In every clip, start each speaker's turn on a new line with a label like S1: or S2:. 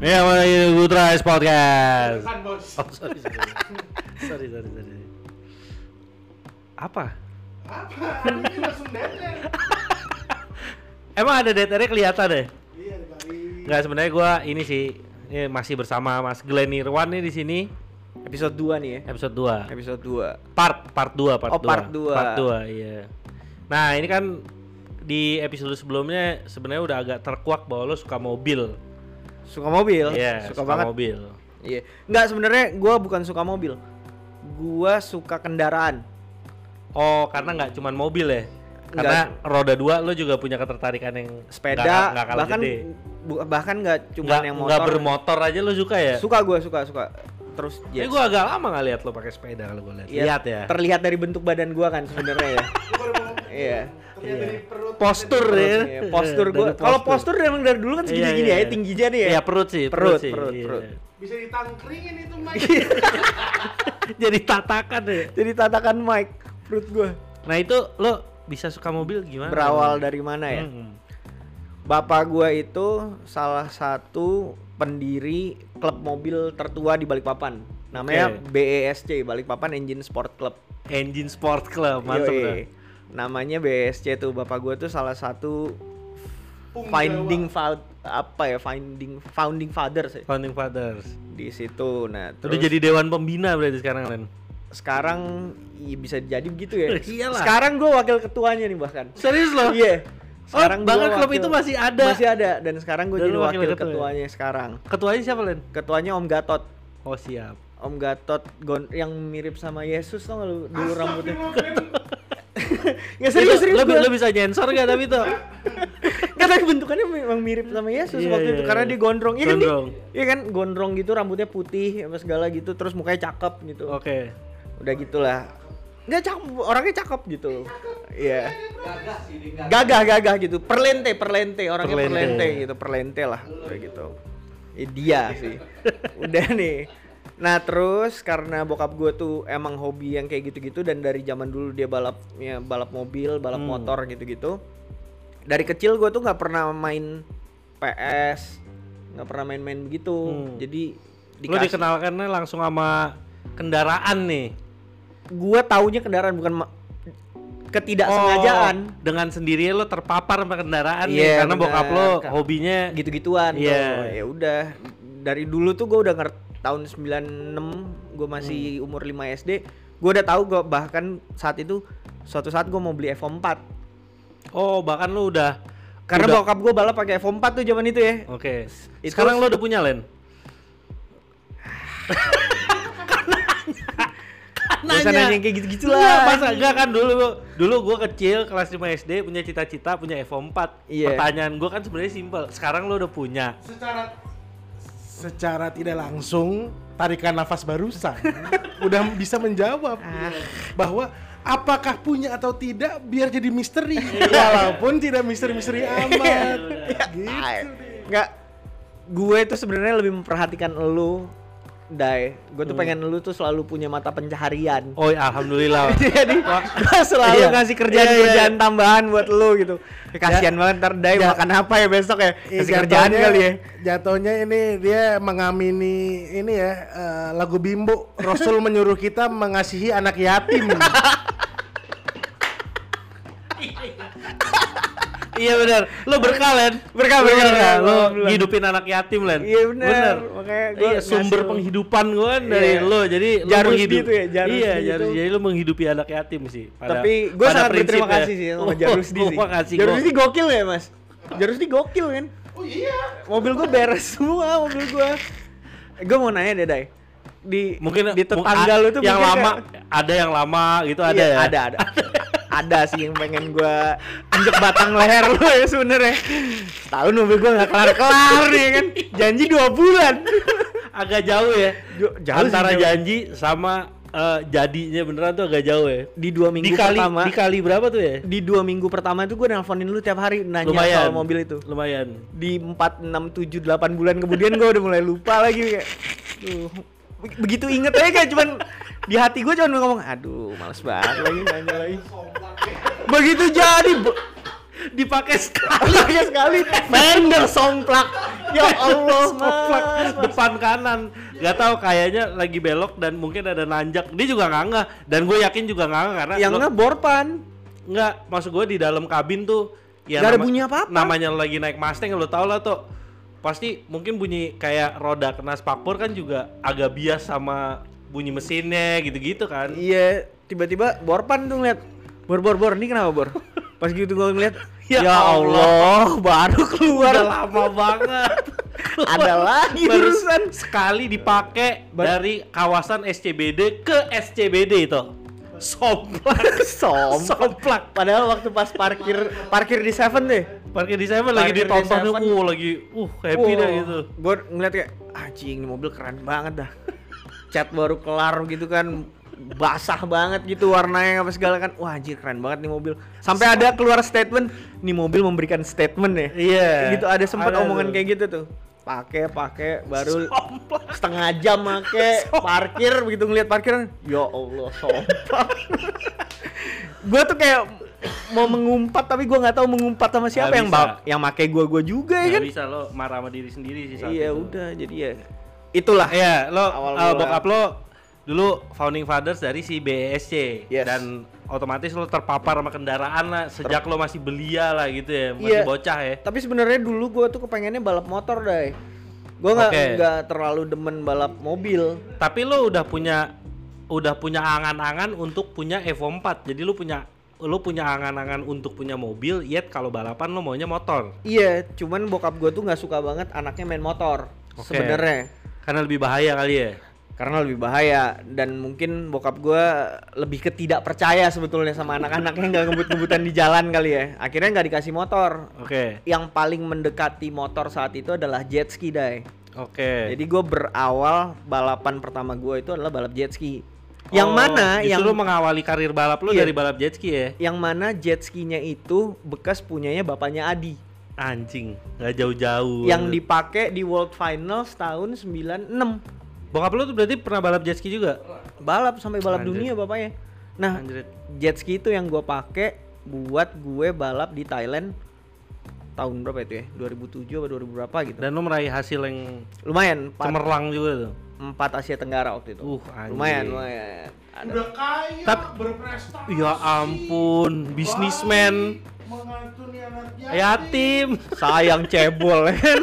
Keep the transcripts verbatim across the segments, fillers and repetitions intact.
S1: Ya, mulai Putra Podcast.
S2: Kan bos.
S1: Oh, sorry, sorry. sorry, sorry, sorry. Apa?
S2: Apa? Ini langsung deadline.
S1: Emang ada daternya kelihatan deh?
S2: Iya dibalik.
S1: Enggak, sebenarnya gua ini sih ini masih bersama Mas Glenn Irwan nih di sini.
S3: Episode dua nih ya.
S1: Episode dua.
S3: Episode dua.
S1: Part part dua, part
S3: Oh,
S1: dua.
S3: part dua.
S1: Part dua, iya. Nah, ini kan di episode sebelumnya sebenarnya udah agak terkuak bahwa lo suka mobil.
S3: Suka mobil?
S1: Iya,
S3: suka,
S1: suka
S3: banget.
S1: mobil.
S3: Iya. Enggak, sebenarnya gua bukan suka mobil. Gua suka kendaraan.
S1: Oh, karena nggak cuman mobil ya? Karena
S3: Nggak.
S1: roda dua lo juga punya ketertarikan yang
S3: Sepeda,
S1: nggak- nggak kalah
S3: bahkan
S1: gede.
S3: bu- bahkan nggak cuma
S1: Nggak
S3: yang
S1: nggak
S3: motor.
S1: bermotor aja lo suka ya?
S3: Suka gua, suka, suka. Terus
S1: Ini
S3: yes.
S1: gua agak lama nggak lihat lo pakai sepeda kalau gua lihat.
S3: Iya,
S1: Lihat ya.
S3: Terlihat dari bentuk badan gua kan sebenarnya ya.
S2: Lu baru mau ngomong.
S3: Iya.
S2: Terlihat dari perut.
S1: Postur
S2: dari
S1: ya.
S3: Iya, postur
S1: Dari
S3: gua. Kalau
S1: postur.
S3: postur emang dari dulu kan segini-gini
S1: Iya, iya.
S3: ya, tingginya nih ya.
S1: Iya, perut sih,
S3: Perut,
S1: sih.
S3: perut,
S1: Iya.
S3: perut.
S2: Bisa ditangkringin itu Mike.
S1: Jadi tatakan ya.
S3: Jadi tatakan mic perut gua.
S1: Nah, itu lo bisa suka mobil gimana?
S3: Berawal dari mana ya?
S1: Hmm.
S3: Bapak gua itu salah satu pendiri klub mobil tertua di Balikpapan. Namanya
S1: Oke.
S3: B E S C, Balikpapan Engine Sport Club.
S1: Engine Sport Club, mantap
S3: Yoi.
S1: dah.
S3: Namanya B E S C tuh, bapak gua tuh salah satu
S2: Pung
S3: finding
S2: Jawa.
S3: fa- apa ya? Finding founding fathers ya,
S1: Founding Fathers.
S3: di situ. Nah,
S1: Udah
S3: terus
S1: jadi dewan pembina berarti sekarang, Len.
S3: sekarang iya bisa jadi begitu ya.
S1: Iyalah.
S3: Sekarang gua wakil ketuanya nih bahkan.
S1: Serius lo?
S3: Iya.
S1: Oh,
S3: gua
S1: bahkan klub
S3: wakil-
S1: itu masih ada.
S3: Masih ada, dan sekarang gue
S1: Dan
S3: jadi
S1: lu wakil
S3: wakil
S1: ketua ya?
S3: ketuanya sekarang.
S1: Ketuanya siapa, Len?
S3: Ketuanya Om Gatot.
S1: Oh, siap.
S3: Om Gatot gon- yang mirip sama Yesus, tau gak lu dulu rambutnya?
S2: Astagfirullah,
S3: Nggak serius, serius
S1: lo,
S3: gua.
S1: lo bisa nyensor gak tapi itu?
S3: Nggak, tapi bentukannya memang mirip sama Yesus
S1: Iya,
S3: waktu
S1: iya,
S3: itu karena
S1: iya.
S3: dia gondrong. Iya kan, dia-
S1: Gondrong.
S3: iya kan gondrong gitu, rambutnya putih apa segala gitu, terus mukanya cakep gitu.
S1: Oke.
S3: Udah gitulah. Nggak cakep, orangnya cakep gitu. Iya. Gagah, gagah gitu. Perlente, perlente, orangnya
S1: Perlente.
S3: perlente, gitu, perlente lah kayak gitu. Eh, dia sih. Udah nih. Nah, terus karena bokap gue tuh emang hobi yang kayak gitu-gitu, dan dari zaman dulu dia balap ya, balap mobil, balap
S1: Hmm.
S3: motor gitu-gitu. Dari kecil gue tuh nggak pernah main P S, nggak pernah main-main begitu.
S1: Hmm.
S3: Jadi
S1: Lo dikenalkannya langsung sama kendaraan nih.
S3: gue taunya kendaraan, bukan ma- ketidaksengajaan.
S1: Oh, dengan sendirinya lo terpapar sama kendaraan nih
S3: Iya,
S1: karena bokap
S3: benar.
S1: lo
S3: Ka-
S1: hobinya
S3: gitu-gituan
S1: Iya.
S3: tuh. Ya udah, dari dulu tuh gue udah ngerti. Tahun sembilan enam gue masih
S1: Hmm.
S3: umur lima S D, gue udah tahu. Gue bahkan saat itu suatu saat gue mau beli F empat
S1: Oh, bahkan lo udah
S3: karena
S1: udah-
S3: bokap gue balap pakai F empat tuh zaman itu ya.
S1: Oke.
S3: Itu-
S1: Sekarang lo udah punya, Len?
S3: Gak usah nanya yang kayak gitu-gitu
S1: Enggak,
S3: lah.
S1: masa enggak kan dulu dulu gua kecil kelas lima S D punya cita-cita punya F empat.
S3: Iya.
S1: Pertanyaan gua kan sebenarnya simpel. Sekarang lo udah punya.
S2: secara secara tidak langsung tarikan nafas barusan udah bisa menjawab bahwa apakah punya atau tidak biar jadi misteri walaupun tidak misteri-misteri amat gitu.
S3: Nggak, gue tuh sebenarnya lebih memperhatikan elu, Dai. Gue tuh
S1: Hmm.
S3: pengen lu tuh selalu punya mata pencaharian.
S1: Oh, ya, alhamdulillah.
S3: Jadi gue selalu
S1: Iya.
S3: ngasih kerjaan-kerjaan tambahan buat lu gitu. Ya, kasihan banget ntar Dai
S2: Ja-
S3: makan apa ya besok ya?
S2: Iya,
S3: Kasih kerjaan
S2: jatuhnya-
S3: kali ya.
S2: Jatuhnya ini dia mengamini ini ya eh, lagu Bimbo, Rasul menyuruh kita mengasihi anak yatim.
S1: Iya benar. Lo berkah, Len.
S3: Berkah,
S1: Lo
S3: berkah, berkah.
S1: Lo
S3: Alhamdulillah.
S1: hidupin anak yatim, Len.
S3: Iya benar. Makanya gua
S1: Iya, sumber
S3: ngasih-
S1: penghidupan gua kan dari
S3: Iya.
S1: lo. Jadi lo
S3: Jarusdi
S1: menghidup-
S3: tuh ya, Jarusdi
S1: Iya,
S3: gitu.
S1: Jarusdi. Jadi lo menghidupi anak yatim sih. Pada-
S3: Tapi gue
S1: pada
S3: sangat berterima
S1: prinsipnya.
S3: kasih sih sama Jarusdi
S1: Oh,
S3: sih.
S1: makasih,
S3: Jarusdi
S1: gua.
S3: gokil ya mas. Jarusdi gokil kan.
S2: Oh iya.
S3: Mobil gue beres semua, mobil gue. Gue mau nanya deh, Dai. Di
S1: Mungkin
S3: di tetangga
S1: mu-
S3: lu tuh
S1: yang
S3: mungkin
S1: lama
S3: kayak-
S1: ada yang lama gitu ada
S3: Iya,
S1: ya.
S3: ada ada. Ada sih yang pengen gue injek batang leher lu ya sebenernya. Tahun mobil gue nggak kelar kelar nih kan. Janji dua bulan.
S1: Agak jauh ya.
S3: Jo- jauh sih,
S1: Antara
S3: jauh.
S1: janji sama eh, jadinya beneran tuh agak jauh ya.
S3: Di dua minggu
S1: Dikali
S3: pertama.
S1: dikali berapa tuh ya?
S3: Di dua minggu pertama itu gue nelponin lu tiap hari nanya
S1: Lumayan.
S3: soal mobil itu.
S1: Lumayan.
S3: Di empat, enam, tujuh, delapan bulan kemudian gue udah mulai lupa lagi kayak tuh, begitu inget aja kayak cuman di hati gue cuman ngomong aduh males banget lagi nanya lagi. Begitu jadi be-
S1: dipakai sekali.
S3: Pakai sekali. Fender somplak. Ya Allah,
S1: Somplak
S3: Mas.
S1: depan kanan. Gak tahu kayaknya lagi belok dan mungkin ada nanjak. Dia juga nggak ngeh dan gue yakin juga nggak ngeh karena
S3: Yang
S1: lo-
S3: nggak borpan.
S1: nggak, maksud gue di dalam kabin tuh ya
S3: Nggak ada
S1: nama-
S3: bunyi apa-apa.
S1: Namanya lo lagi naik Mustang lo tau lah tuh. Pasti mungkin bunyi kayak roda kena spakbor kan juga agak bias sama bunyi mesinnya gitu-gitu kan.
S3: Iya, tiba-tiba borpan tuh ngeliat. Bor bor bor, ini kenapa bor? Pas gitu gue ngeliat,
S1: Ya
S3: ya, Allah, baru keluar.
S1: Udah lama banget.
S3: Ada lagi
S1: Baru
S3: urusan.
S1: sekali dipakai dari kawasan S C B D ke S C B D itu. Somplak.
S3: Somplak.
S1: Somplak.
S3: Padahal waktu pas parkir parkir di Seven deh.
S1: Parkir di Seven lagi
S3: Parkir di
S1: ditontonnya,
S3: Seven.
S1: uh lagi uh happy dah gitu.
S3: Gue ngeliat kayak, anjing ini mobil keren banget dah. Cat baru kelar gitu kan, basah banget gitu warnanya apa segala kan. Wah anjir keren banget nih mobil. Sampai ada keluar statement, nih mobil memberikan statement ya.
S1: Iya.
S3: Gitu ada sempat
S1: Ada
S3: omongan
S1: tuh.
S3: kayak gitu tuh. Pakai pakai baru
S1: Somplak.
S3: setengah jam make parkir begitu ngeliat parkiran. Ya Allah, somplak. Gue tuh kayak mau mengumpat tapi gue nggak tahu mengumpat sama siapa
S1: Nggak
S3: yang
S1: bisa.
S3: ba- yang make gue gue juga ya
S1: Nggak
S3: kan.
S1: bisa lo marah sama diri sendiri sih saat
S3: Iya
S1: itu.
S3: udah jadi ya itulah.
S1: Iya, lo
S3: Awal
S1: uh,
S3: mula.
S1: bokap lo dulu founding fathers dari si B E S C
S3: Yes.
S1: dan otomatis lo terpapar sama kendaraan lah sejak lo masih belia lah gitu ya, masih
S3: Iya.
S1: bocah ya.
S3: Tapi sebenarnya dulu gue tuh kepengennya balap motor deh. Gue nggak
S1: Oke.
S3: nggak terlalu demen balap mobil.
S1: Tapi lo udah punya udah punya angan-angan untuk punya F empat. Jadi lo punya lo punya angan-angan untuk punya mobil, yet kalau balapan lo maunya motor.
S3: Iya, cuman bokap gue tuh nggak suka banget anaknya main motor.
S1: Oke.
S3: Sebenarnya.
S1: Karena lebih bahaya kali ya.
S3: Karena lebih bahaya dan mungkin bokap gue lebih ke tidak percaya sebetulnya sama anak-anaknya nggak ngebut-ngebutan di jalan kali ya. Akhirnya nggak dikasih motor.
S1: Oke.
S3: Yang paling mendekati motor saat itu adalah jet ski, Dai.
S1: Oke.
S3: Jadi gue berawal balapan pertama gue itu adalah balap jet ski. Yang
S1: Oh,
S3: mana
S1: justru
S3: yang
S1: lo mengawali karir balap lo
S3: Iya.
S1: dari balap jet ski ya?
S3: yang mana jet skinya itu bekas punyanya bapaknya Adi.
S1: Anjing, nggak jauh-jauh.
S3: Yang dipakai di World Finals tahun sembilan enam.
S1: Bokap lo tuh berarti pernah balap jet ski juga?
S3: Balap sampai balap
S1: Anjir.
S3: dunia bapaknya. Nah,
S1: Anjrit.
S3: jet ski itu yang gue pakai buat gue balap di Thailand tahun berapa itu ya? dua ribu tujuh atau dua ribu berapa gitu.
S1: Dan lo meraih hasil yang
S3: Lumayan, empat,
S1: cemerlang juga tuh.
S3: empat Asia Tenggara waktu itu.
S1: Uh, anjing.
S3: lumayan, lumayan. Ada.
S2: Udah kaya,
S1: Tapi-
S2: berprestasi.
S1: Ya ampun, bisnismen,
S2: Mengantuni anak
S1: yatim.
S3: Sayang cebol kan.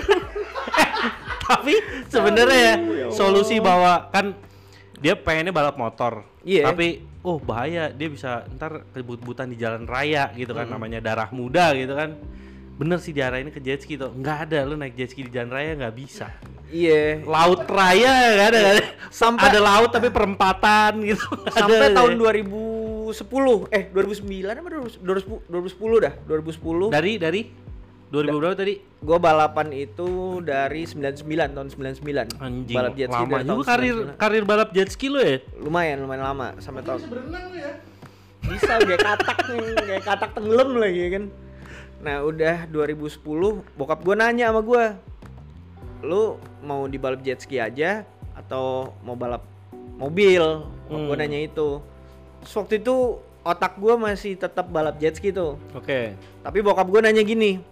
S1: Tapi sebenarnya ya solusi bahwa kan dia pengennya balap motor.
S3: Iya.
S1: Tapi oh bahaya, dia bisa ntar kebut-butan di jalan raya gitu kan, namanya darah muda gitu kan. Bener sih diarahin ke jet ski tuh. Nggak ada, lu naik jet ski di jalan raya nggak bisa.
S3: Iya.
S1: Laut raya nggak ada, nggak ada.
S3: Sampai-
S1: ada laut tapi perempatan gitu.
S3: Sampai
S1: Ada
S3: tahun
S1: deh.
S3: dua ribu sepuluh eh dua ribu sembilan apa dua ribu sepuluh dah dua ribu sepuluh
S1: dari dari dua ribu berapa tadi?
S3: gue balapan itu dari sembilan puluh sembilan tahun sembilan puluh sembilan
S1: Anjing,
S3: balap jet ski
S1: lama
S3: dari tahun
S1: juga karir
S3: sembilan puluh sembilan.
S1: karir balap jet ski lo ya?
S3: Lumayan lumayan lama sampai tahun
S2: Bisa berenang lu ya?
S3: bisa kayak katak nih, kayak katak tenggelam lagi kan. Nah udah dua ribu sepuluh bokap gue nanya sama gue, lu mau di balap jet ski aja atau mau balap mobil? Bokap gue
S1: Hmm.
S3: nanya itu. Terus waktu itu otak gue masih tetap balap jet ski tuh.
S1: Oke.
S3: Tapi bokap gue nanya gini,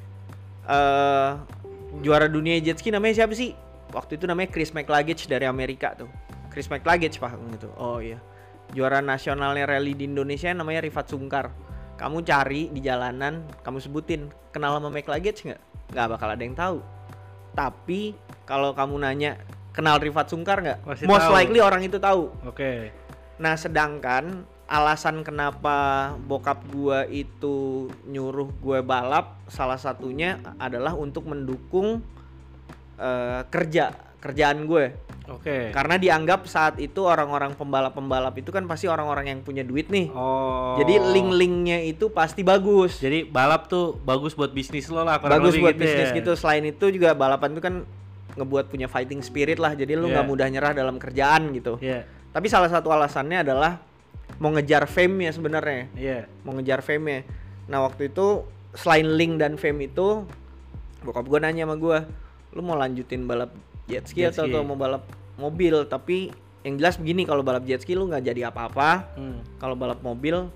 S3: eh juara dunia jet ski namanya siapa sih? Waktu itu namanya Chris McLaggage dari Amerika tuh. Chris McLaggage pak gitu. Oh iya. Juara nasionalnya rally di Indonesia namanya Rifat Sungkar. Kamu cari di jalanan, kamu sebutin kenal sama McLaggage nggak? Nggak bakal ada yang tahu. Tapi kalau kamu nanya kenal Rifat Sungkar nggak?
S1: Pasti
S3: Most
S1: tahu.
S3: likely orang itu tahu.
S1: Oke.
S3: Nah sedangkan alasan kenapa bokap gua itu nyuruh gue balap salah satunya adalah untuk mendukung eh, kerja kerjaan gue.
S1: Oke.
S3: Karena dianggap saat itu orang-orang pembalap-pembalap itu kan pasti orang-orang yang punya duit nih.
S1: Oh.
S3: Jadi link-linknya itu pasti bagus.
S1: Jadi balap tuh bagus buat bisnis lo lah. kurang
S3: Bagus
S1: lebih
S3: buat
S1: gitu
S3: bisnis
S1: ya.
S3: gitu. Selain itu juga balapan itu kan ngebuat punya fighting spirit lah. Jadi lu
S1: Iya.
S3: nggak mudah nyerah dalam kerjaan gitu.
S1: Iya.
S3: Tapi salah satu alasannya adalah mau ngejar fame-nya sebenarnya.
S1: Iya.
S3: Mau ngejar fame-nya. Nah waktu itu selain link dan fame itu bokap gue nanya sama gue, lu mau lanjutin balap jet ski
S1: Jet
S3: atau,
S1: ski.
S3: atau mau balap mobil? Tapi yang jelas begini, kalau balap jet ski lu nggak jadi apa-apa.
S1: Hmm.
S3: Kalau balap mobil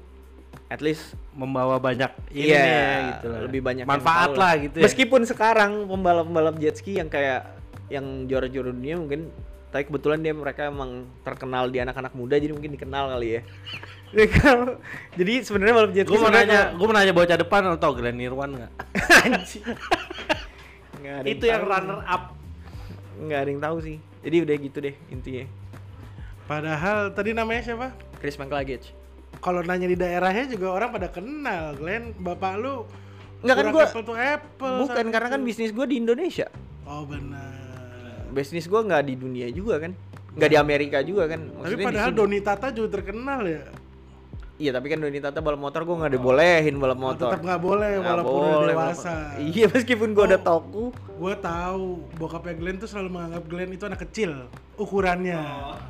S3: at least
S1: membawa banyak ini
S3: iya,
S1: ya, gitu lah.
S3: lebih banyak yang
S1: manfaat
S3: tahu
S1: lah gitu ya.
S3: Meskipun sekarang pembalap-pembalap jet ski yang kayak yang juara-juara dunia mungkin, tapi kebetulan dia mereka emang terkenal di anak-anak muda jadi mungkin dikenal kali ya. Jadi kalau- Jadi sebenarnya balap jet ski
S1: Gue mau
S3: sebenarnya-
S1: nanya, gue mau nanya bocah depan lo tau Glenn Irwan nggak?
S3: Anjing. Nggak ada
S1: Itu yang
S3: tahu.
S1: runner up.
S3: Nggak ada yang tahu sih. Jadi udah gitu deh intinya.
S2: Padahal tadi namanya siapa?
S3: Chris McLaggage.
S2: Kalau nanya di daerahnya juga orang pada kenal, Glenn. Bapak lu
S3: Nggak kan
S2: kurang
S3: gua-
S2: apple to apple.
S3: Bukan
S2: saat
S3: karena kan
S2: itu.
S3: bisnis gue di Indonesia.
S2: Oh benar.
S3: Bisnis gue nggak di dunia juga kan. Nggak di Amerika juga kan.
S2: Tapi
S3: Maksudnya di
S2: padahal
S3: sini.
S2: Doni Tata juga terkenal ya.
S3: Iya tapi kan Doni Tata balap motor gue nggak dibolehin balap
S2: Oh,
S3: motor.
S2: tetap nggak boleh
S3: Nggak
S2: walaupun udah
S3: boleh,
S2: dewasa.
S3: walaupun- Iya meskipun gue ada
S2: Oh.
S3: toku.
S2: Gue tahu bokapnya Glenn tuh selalu menganggap Glenn itu anak kecil ukurannya.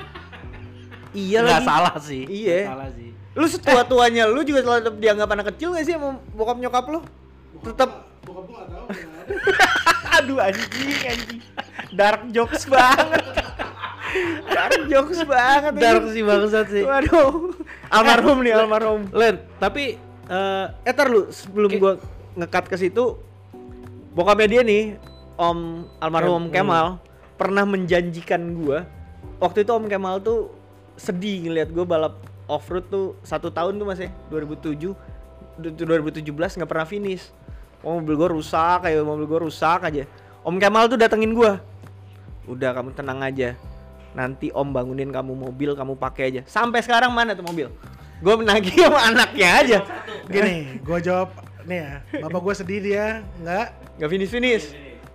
S3: Iya
S1: Nggak
S3: lagi.
S1: salah sih.
S3: Iya.
S1: Nggak salah sih.
S3: Lu setua-tuanya lu juga selalu tetap dianggap anak kecil gak sih sama bokap nyokap lu? Tetap.
S2: Bokap gue nggak tahu. nggak ada.
S3: Aduh anjing anjing. Dark jokes banget. Dark jokes banget.
S1: Dark
S3: anjing.
S1: sih bangsat sih.
S3: Waduh. Almarhum nih almarhum.
S1: Len, tapi eh
S3: Eh tar lu sebelum
S1: Oke.
S3: gua nge-cut ke situ, bokapnya dia nih, Om almarhum Om
S1: Kem-
S3: Kemal pernah menjanjikan gua. Waktu itu Om Kemal tuh sedih ngeliat gua balap off-road tuh satu tahun tuh Mas ya, dua ribu tujuh du- dua ribu tujuh belas nggak pernah finish. Oh, mobil gua rusak, kayak mobil gua rusak aja. Om Kemal tuh datengin gua. Udah kamu tenang aja. Nanti Om bangunin kamu mobil, kamu pakai aja. Sampai sekarang mana tuh mobil? Gue menagih sama anaknya aja.
S2: Gini, gue jawab nih ya. Bapak gue sedih dia, nggak.
S3: Gak finish finish.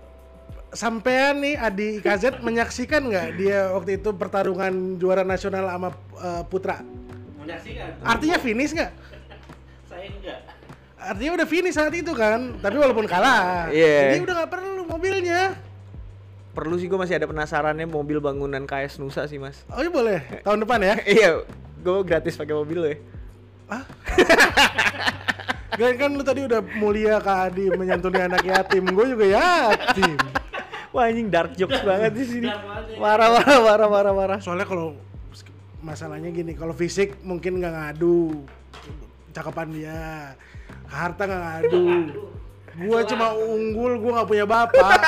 S2: Sampean nih Adi K Z menyaksikan nggak dia waktu itu pertarungan juara nasional sama eh, Putra?
S1: menyaksikan.
S2: Artinya finish nggak?
S1: Saya enggak.
S2: Artinya udah finish saat itu kan, tapi walaupun kalah.
S3: Iya.
S2: Jadi udah nggak perlu mobilnya.
S3: Perlu sih gue masih ada penasarannya mobil bangunan K S Nusa sih mas.
S2: Oh iya boleh, tahun depan ya?
S3: Iya, gue gratis pakai mobil lo ya.
S2: Glenn kan lu tadi udah mulia Kak Adi menyantuni anak yatim, gue juga yatim.
S3: Wah anjing dark jokes banget di sini.
S1: Dark banget ya.
S3: Marah marah marah marah marah.
S2: Soalnya kalau masalahnya gini, kalau fisik mungkin nggak ngadu, cakapan dia, harta nggak ngadu. Gua cuma unggul, gua nggak punya bapak.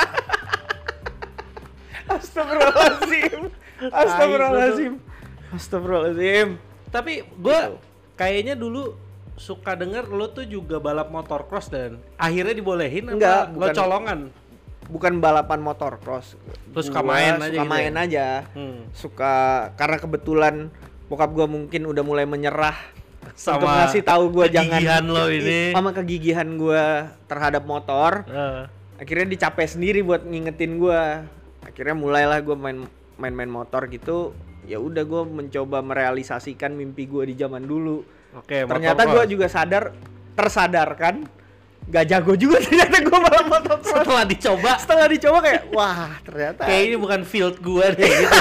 S3: Astagfirullahaladzim. Astagfirullahaladzim. Astagfirullahaladzim.
S1: Tapi gue kayaknya dulu suka denger lo tuh juga balap motocross dan akhirnya dibolehin
S3: Enggak,
S1: apa lo
S3: bukan.
S1: colongan?
S3: Bukan balapan motor cross.
S1: Terus suka
S3: Gua
S1: main aja
S3: suka
S1: gitu
S3: main
S1: ya?
S3: aja.
S1: Hmm.
S3: Suka karena kebetulan bokap gua mungkin udah mulai menyerah
S1: Sama
S3: untuk ngasih tahu gua jangan
S1: kegigihan lo ini.
S3: sama kegigihan gua terhadap motor.
S1: Eh,
S3: Akhirnya dicapai sendiri buat ngingetin gua. Akhirnya mulailah gua main main-main motor gitu. Ya udah gua mencoba merealisasikan mimpi gua di zaman dulu.
S1: Oke,
S3: Ternyata
S1: motocross.
S3: gua juga sadar tersadarkan gak jago juga ternyata gua balap motocross.
S1: Setelah dicoba
S3: Setelah dicoba kayak wah ternyata
S1: kayak ini bukan field gue deh gitu.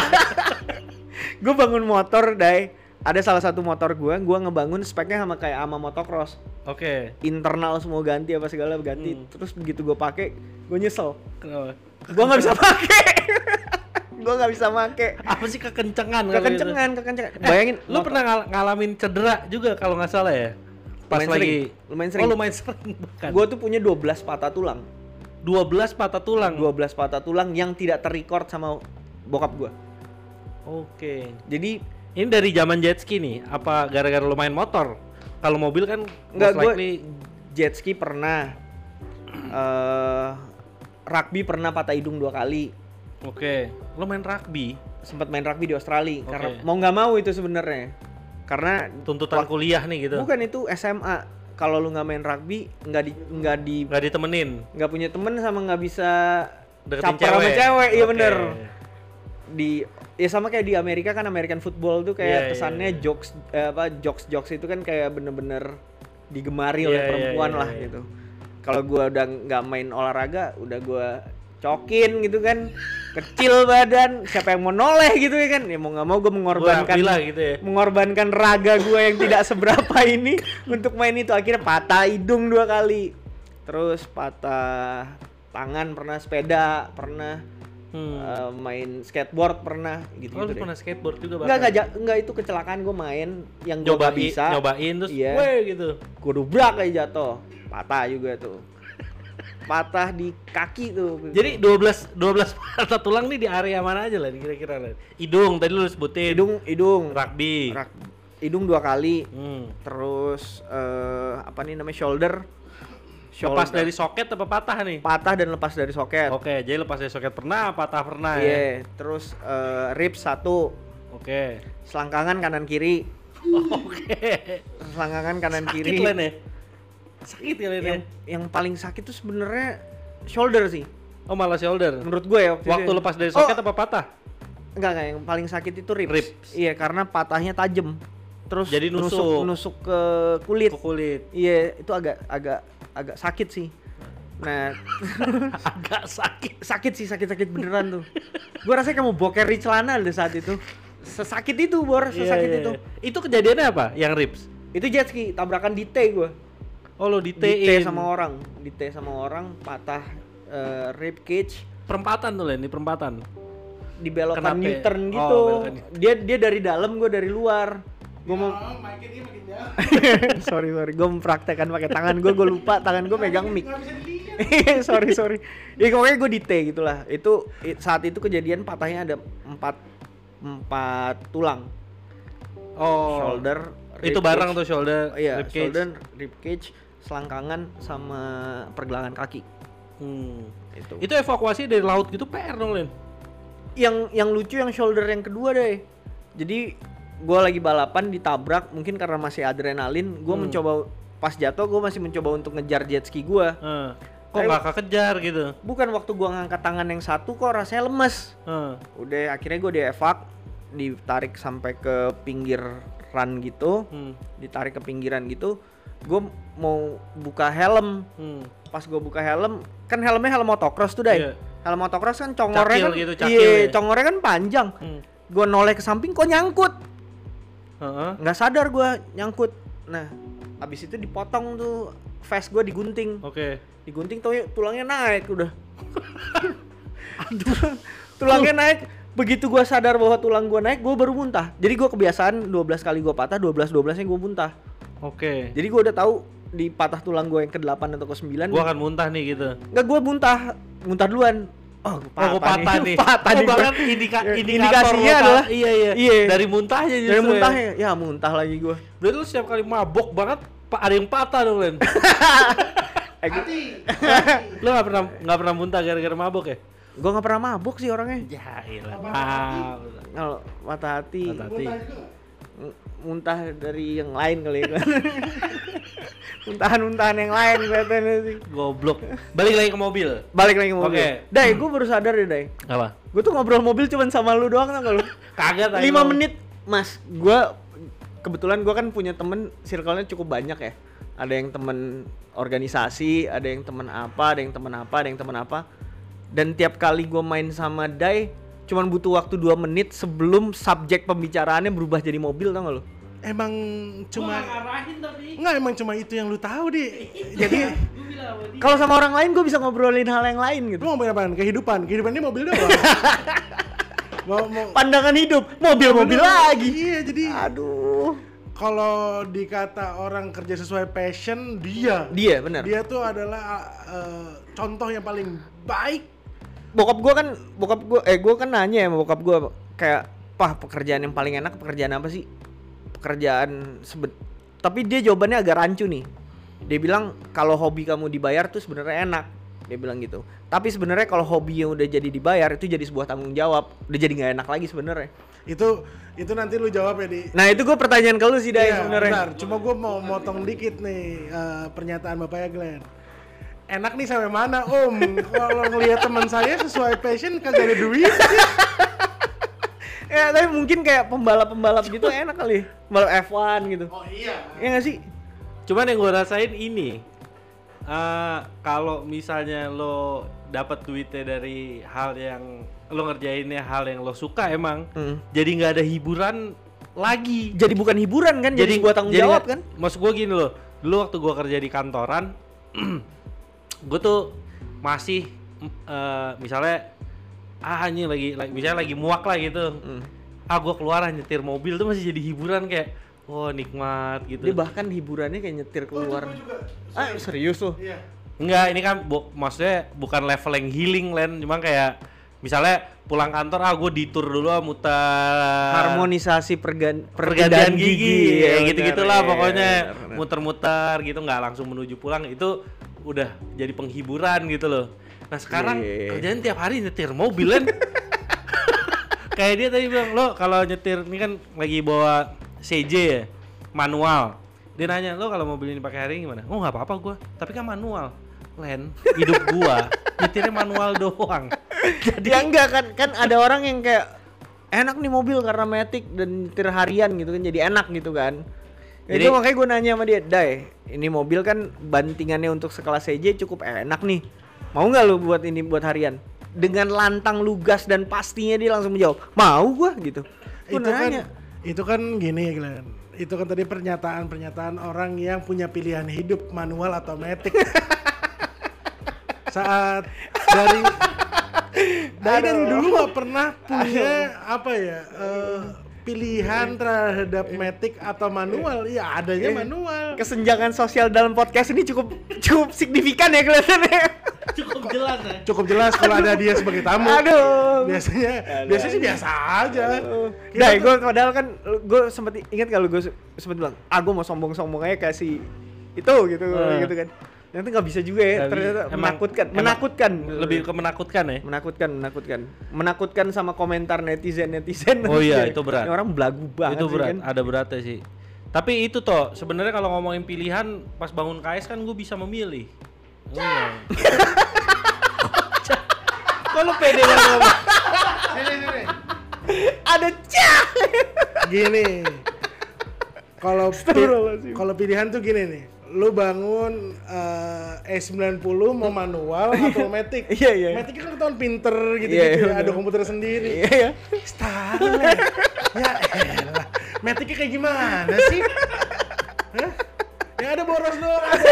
S3: gue bangun motor dai. Ada salah satu motor gua, gua ngebangun speknya sama kayak sama motocross.
S1: Oke.
S3: Internal semua ganti apa segala ganti.
S1: Hmm.
S3: Terus begitu gua pakai, gue nyesel.
S1: Kenapa?
S3: Gua nggak bisa pakai. Gua nggak bisa pakai.
S1: Apa sih kekencengan? kali
S3: Kekencengan, kekencengan.
S1: itu? Eh,
S3: Bayangin,
S1: lu pernah ngal- ngalamin cedera juga kalau nggak salah ya? Pas
S3: Lumayan
S1: lagi
S3: sering, lumayan sering.
S1: Oh, lumayan sering bukan.
S3: Gua tuh punya dua belas patah tulang.
S1: dua belas patah tulang.
S3: dua belas patah tulang yang tidak terrecord sama bokap gua.
S1: Oke.
S3: Jadi
S1: Ini dari zaman jet ski nih, apa gara-gara lu main motor? Kalau mobil kan
S3: enggak,
S1: most
S3: gue
S1: likely
S3: jet ski pernah, eh rugby pernah patah hidung dua kali.
S1: Oke. Lu main rugby,
S3: Sempat main rugby di Australia
S1: Oke.
S3: karena mau nggak mau itu sebenarnya. Karena
S1: tuntutan
S3: Wak-
S1: kuliah nih gitu.
S3: bukan itu S M A. Kalau lu nggak main rugby, nggak di nggak di
S1: Nggak ditemenin.
S3: nggak punya temen sama nggak bisa
S1: Deketin
S3: caper sama cewek, iya
S1: Oke.
S3: bener. Di ya sama kayak di Amerika kan American football tuh kayak
S1: Iya, iya,
S3: kesannya
S1: iya.
S3: jokes eh, apa jokes jokes itu kan kayak bener-bener digemari oleh
S1: Iya, iya,
S3: perempuan
S1: iya,
S3: lah
S1: iya.
S3: gitu. Kalau gua udah nggak main olahraga, udah gua cokin gitu kan, kecil badan, siapa yang mau noleh gitu ya kan? Ya mau nggak mau gua mengorbankan
S1: Gua bilang gitu ya.
S3: mengorbankan raga gua yang tidak seberapa ini untuk main itu. Akhirnya patah hidung dua kali, terus patah tangan pernah, sepeda pernah.
S1: Hmm.
S3: uh, main skateboard pernah gitu.
S1: Oh, lu
S3: deh.
S1: pernah skateboard juga
S3: Enggak, enggak,
S1: bahkan?
S3: ja- enggak itu kecelakaan gue main yang gue
S1: Nyobain,
S3: nggak bisa.
S1: nyobain terus,
S3: Iya.
S1: weh gitu.
S3: Gue dobrak kayak jatuh, patah juga tuh. Patah di kaki tuh.
S1: Jadi dua belas dua belas patah tulang nih di area mana aja lah kira-kira lah. Hidung tadi lu sebutin.
S3: hidung, hidung,
S1: Rugby.
S3: rak, hidung dua kali.
S1: Hmm.
S3: Terus eh, apa nih namanya shoulder.
S1: Lepas
S3: Shoulder.
S1: dari soket apa patah nih?
S3: Patah dan lepas dari soket.
S1: Oke, jadi lepas dari soket pernah, patah pernah ya.
S3: Iya, terus eh, ribs satu,
S1: Oke.
S3: selangkangan kanan kiri,
S1: Oke.
S3: selangkangan kanan
S1: Sakit
S3: kiri.
S1: Len ya? Sakit kalian ya?
S3: Yang yang paling sakit tuh sebenarnya shoulder sih.
S1: Oh malah shoulder.
S3: Menurut gue ya waktu,
S1: Waktu
S3: itu.
S1: lepas dari soket
S3: Oh,
S1: apa patah?
S3: enggak enggak, yang paling sakit itu ribs.
S1: Ribs.
S3: Iya, karena patahnya tajam. Terus
S1: Jadi nusuk.
S3: nusuk, nusuk ke kulit.
S1: Ke kulit.
S3: Iya, itu agak agak agak sakit sih. Nah,
S1: Agak sakit.
S3: sakit sih, sakit-sakit beneran tuh. Gue rasanya kayak mau boker di celana deh saat itu. Sesakit itu, Bor,
S1: Iya,
S3: sesakit
S1: iya,
S3: itu.
S1: iya. Itu kejadiannya apa? Yang ribs?
S3: Itu jet ski, tabrakan di T gue.
S1: Oh lo
S3: Di T
S1: ditein.
S3: sama orang, di T sama orang, patah eh, rib cage,
S1: Perempatan tuh Len, di perempatan.
S3: dibelokan
S1: Kenapa?
S3: U-turn
S1: Oh,
S3: gitu.
S1: belokan U-turn.
S3: Dia dia dari dalam, gue dari luar. Gue mau
S2: Oh, mic-nya dia makin jauh.
S3: sorry sorry, gue mempraktekkan pakai tangan gue, gue lupa tangan gue megang mic.
S2: Nggak bisa dilihat.
S3: sorry sorry. Ya pokoknya gue di T gitulah. Itu i- saat itu kejadian patahnya ada empat empat tulang.
S1: Oh.
S3: Shoulder.
S1: Itu
S3: rib
S1: bareng
S3: cage.
S1: tuh shoulder,
S3: Oh, iya,
S1: rib cage.
S3: shoulder, rib cage, selangkangan sama pergelangan kaki.
S1: Hmm.
S3: Itu.
S1: Itu evakuasi dari laut gitu P R dong Len.
S3: Yang yang lucu yang shoulder yang kedua deh. Jadi gue lagi balapan ditabrak, mungkin karena masih adrenalin, gue
S1: Hmm.
S3: mencoba pas jatuh gue masih mencoba untuk ngejar jet ski gue.
S1: Heeh. Kok
S3: Tapi-
S1: nggak kekejar gitu?
S3: Bukan, waktu gue ngangkat tangan yang satu kok rasanya lemes.
S1: Heeh.
S3: Udah akhirnya gue dievak, ditarik sampai ke pinggir run gitu,
S1: Hmm.
S3: ditarik ke pinggiran gitu. Gue mau buka helm,
S1: Hmm.
S3: pas gue buka helm, kan helmnya helm motocross tuh Dai.
S1: Iya.
S3: Helm motocross kan congornya
S1: Cakil
S3: kan,
S1: gitu, cakil
S3: iya,
S1: ya.
S3: congornya kan panjang.
S1: Hmm.
S3: Gue noleh ke samping kok nyangkut,
S1: Heeh.
S3: nggak sadar gue nyangkut. Nah, abis itu dipotong tuh, vest gue digunting,
S1: Oke.
S3: digunting tuh tulangnya naik udah. Aduh, tulangnya naik. Begitu gue sadar bahwa tulang gue naik, gue baru muntah. Jadi gue kebiasaan dua belas kali gue patah, dua belas dua belas-nya gue muntah.
S1: Oke.
S3: Jadi gue udah tahu di patah tulang gue yang kedelapan atau ke sembilan,
S1: Gua akan muntah nih gitu.
S3: nggak, gue muntah, muntah duluan. Oh, gue
S1: Oh, gua patah nih.
S3: patah
S1: oh,
S3: nih gua.
S1: bahkan indika,
S3: Ya,
S1: indikator
S3: indikasinya
S1: lo,
S3: adalah
S1: Pak. iya iya.
S3: iya.
S1: Dari muntahnya justru.
S3: Dari
S1: ya.
S3: muntahnya, ya muntah lagi gue.
S1: Berarti lu setiap kali mabok banget Pak ada yang patah dong Len.
S3: Eh, gua,
S2: Hati.
S1: Lu nggak pernah nggak pernah muntah gara-gara mabok ya?
S3: gue nggak pernah mabuk sih orangnya.
S1: Ya ilah.
S2: Apa
S1: Ah,
S3: Kalau patah hati,
S1: Patah hati.
S2: Muntah juga nggak?
S3: m- muntah dari yang lain kali ya. Muntahan-muntahan yang lain kelihatannya sih.
S1: goblok. Balik lagi ke mobil.
S3: Balik lagi ke mobil.
S1: Oke.
S3: Dai, gue baru sadar deh, Dai.
S1: Apa?
S3: Gue tuh ngobrol mobil cuman sama lu doang tau gak lu?
S1: Kagak tadi
S3: lima
S1: lo.
S3: menit, Mas. Gue kebetulan gue kan punya temen, circle-nya cukup banyak ya. Ada yang temen organisasi, ada yang temen apa, ada yang temen apa, ada yang temen apa. Dan tiap kali gue main sama Dai, cuman butuh waktu dua menit sebelum subjek pembicaraannya berubah jadi mobil, tau gak lu?
S2: Emang cuma
S1: arahin tapi.
S2: nggak emang cuma itu yang lu tahu deh. Jadi
S1: Gua bilang sama dia.
S3: Kalau sama orang lain gue bisa ngobrolin hal yang lain gitu.
S2: lu ngomongin apaan? Kehidupan. Kehidupan ini mobil doang. mau mau
S3: Pandangan hidup, mobil-mobil lagi.
S2: Iya, jadi
S3: Aduh.
S2: kalau dikata orang kerja sesuai passion, dia
S3: Dia bener.
S2: dia tuh adalah uh, contoh yang paling baik.
S3: Bokap gue kan, bokap gue, eh gue kan nanya sama bokap gue kayak, "Pah, pekerjaan yang paling enak pekerjaan apa sih?" Pekerjaan sebet. Tapi dia jawabannya agak rancu nih. Dia bilang kalau hobi kamu dibayar tuh sebenarnya enak. Dia bilang gitu. Tapi sebenarnya kalau hobi yang udah jadi dibayar itu jadi sebuah tanggung jawab. Udah jadi nggak enak lagi sebenarnya.
S2: Itu itu nanti lu jawab ya di.
S3: Nah itu gue pertanyaan ke lu sih Dai
S2: Iya,
S3: sebenarnya.
S2: bentar. Cuma gue mau motong dikit nih uh, pernyataan bapaknya Glenn. Enak nih sampai mana Om? Kalau ngelihat teman saya sesuai passion kagak ada duit.
S3: Ya tapi mungkin kayak pembalap-pembalap gitu enak kali. Pembalap F satu gitu.
S2: Oh iya.
S3: Iya nggak sih?
S1: Cuman yang gue rasain ini, eh kalau misalnya lo dapat duitnya dari hal yang lo ngerjainnya hal yang lo suka emang,
S3: Hmm.
S1: jadi nggak ada hiburan lagi.
S3: Jadi bukan hiburan kan? Jadi, sebuah tanggung jawab
S1: nggak-
S3: kan?
S1: Maksud gue gini loh, dulu waktu gue kerja di kantoran, gue tuh masih eh, misalnya ah ini lagi, lagi misalnya lagi muak lah gitu. Hmm. Ah gue keluar nyetir mobil tuh masih jadi hiburan kayak oh nikmat gitu.
S3: Dia bahkan hiburannya kayak nyetir keluar. Oh, juga. Ah serius tuh?
S2: Iya.
S1: Enggak, ini kan bu- maksudnya bukan level yang healing Len, cuma kayak misalnya pulang kantor ah gue ditur dulu ah muter
S3: harmonisasi pergan-
S1: pergantian gigi, gigi. Ya, gitu-gitulah
S3: ya,
S1: pokoknya
S3: benar, benar.
S1: muter-muter gitu, nggak langsung menuju pulang, itu udah jadi penghiburan gitu loh. Nah sekarang yeah. kerjaan tiap hari nyetir mobil kan. Kayak dia tadi bilang, lo kalau nyetir ini kan lagi bawa C J ya, manual. Dia nanya, lo kalau mobil ini pakai hari gimana? Oh nggak apa-apa gua, tapi kan manual. Len, hidup gua nyetirnya manual doang.
S3: Jadi ya enggak kan, kan ada orang yang kayak enak nih mobil karena matic dan nyetir harian gitu kan, jadi enak gitu kan. Jadi itu makanya gue nanya sama dia, Dai, ini mobil kan bantingannya untuk sekelas C J cukup enak nih. Mau nggak lu buat ini buat harian? Dengan lantang, lugas dan pastinya dia langsung menjawab, mau gua gitu. Gua
S2: itu
S3: nanya.
S2: kan itu kan gini Glenn. Itu kan tadi pernyataan-pernyataan orang yang punya pilihan hidup manual atau matic. Saat dari dari, dari dulu gak pernah punya apa ya uh, pilihan terhadap matic atau manual. Ya adanya manual.
S3: Kesenjangan sosial dalam podcast ini cukup cukup signifikan ya kelihatannya.
S1: Cukup jelas ya.
S2: Cukup jelas kalau ada dia sebagai tamu.
S3: Aduh.
S2: Biasanya aduh, biasanya sih biasa aja.
S3: Nah, gue padahal kan gue sempet ingat kalau gue sempet bilang, ah gue mau sombong-sombong aja kasih itu gitu uh. gitu kan. Nanti nggak bisa juga ya. Tapi ternyata emang, menakutkan, emang menakutkan.
S1: Lebih ke menakutkan ya.
S3: Menakutkan, menakutkan, menakutkan sama komentar netizen netizen.
S1: Oh iya itu berat.
S3: Ini orang belagu banget.
S1: Itu berat.
S3: Sih, kan?
S1: Ada beratnya sih. Tapi itu toh sebenarnya kalau ngomongin pilihan pas bangun K S kan gue bisa memilih. Oh. Kok lu pede banget ngomong?
S2: Sini sini.
S3: Ada cah.
S2: Gini. Kalau pi- kalau pilihan tuh gini nih. Lu bangun uh, E sembilan puluh mau manual atau matic?
S3: Iya iya.
S2: Matic kan ketahuan pinter gitu
S3: iya,
S2: gitu
S3: iya,
S2: ya, ada komputer sendiri.
S3: Iya iya.
S2: Style. Ya elah. Maticnya kayak gimana sih? Hah? Ya ada boros doang ada.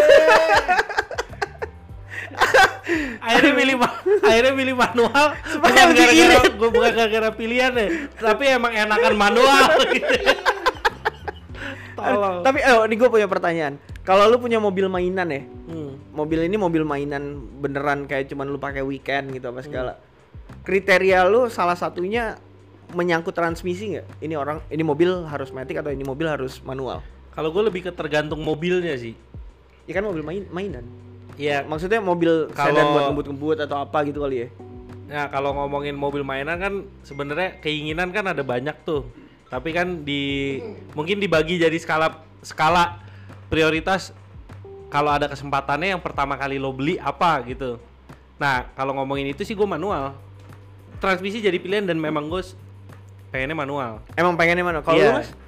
S1: akhirnya milih ma- akhirnya milih manual bukan gara-gara gue bukan gara-gara pilihan ya, tapi emang enakan manual gitu.
S3: Tolong. Tapi oh ini gue punya pertanyaan. Kalau lu punya mobil mainan ya, hmm. mobil ini mobil mainan beneran kayak cuman lu pakai weekend gitu apa segala. Hmm. Kriteria lu salah satunya menyangkut transmisi nggak? Ini orang ini mobil harus matic atau ini mobil harus manual?
S1: Kalau gue lebih ke tergantung mobilnya sih.
S3: Ya kan mobil main mainan.
S1: Iya,
S3: maksudnya mobil
S1: kalo,
S3: sedan buat ngebut-ngebut atau apa gitu kali ya?
S1: Ya kalau ngomongin mobil mainan kan sebenarnya keinginan kan ada banyak tuh. Tapi kan di mungkin dibagi jadi skala skala prioritas. Kalau ada kesempatannya yang pertama kali lo beli apa gitu. Nah kalau ngomongin itu sih gue manual. Transmisi jadi pilihan dan memang gue pengennya manual.
S3: Emang pengennya manual? Kalau
S1: yeah.
S3: lu Mas?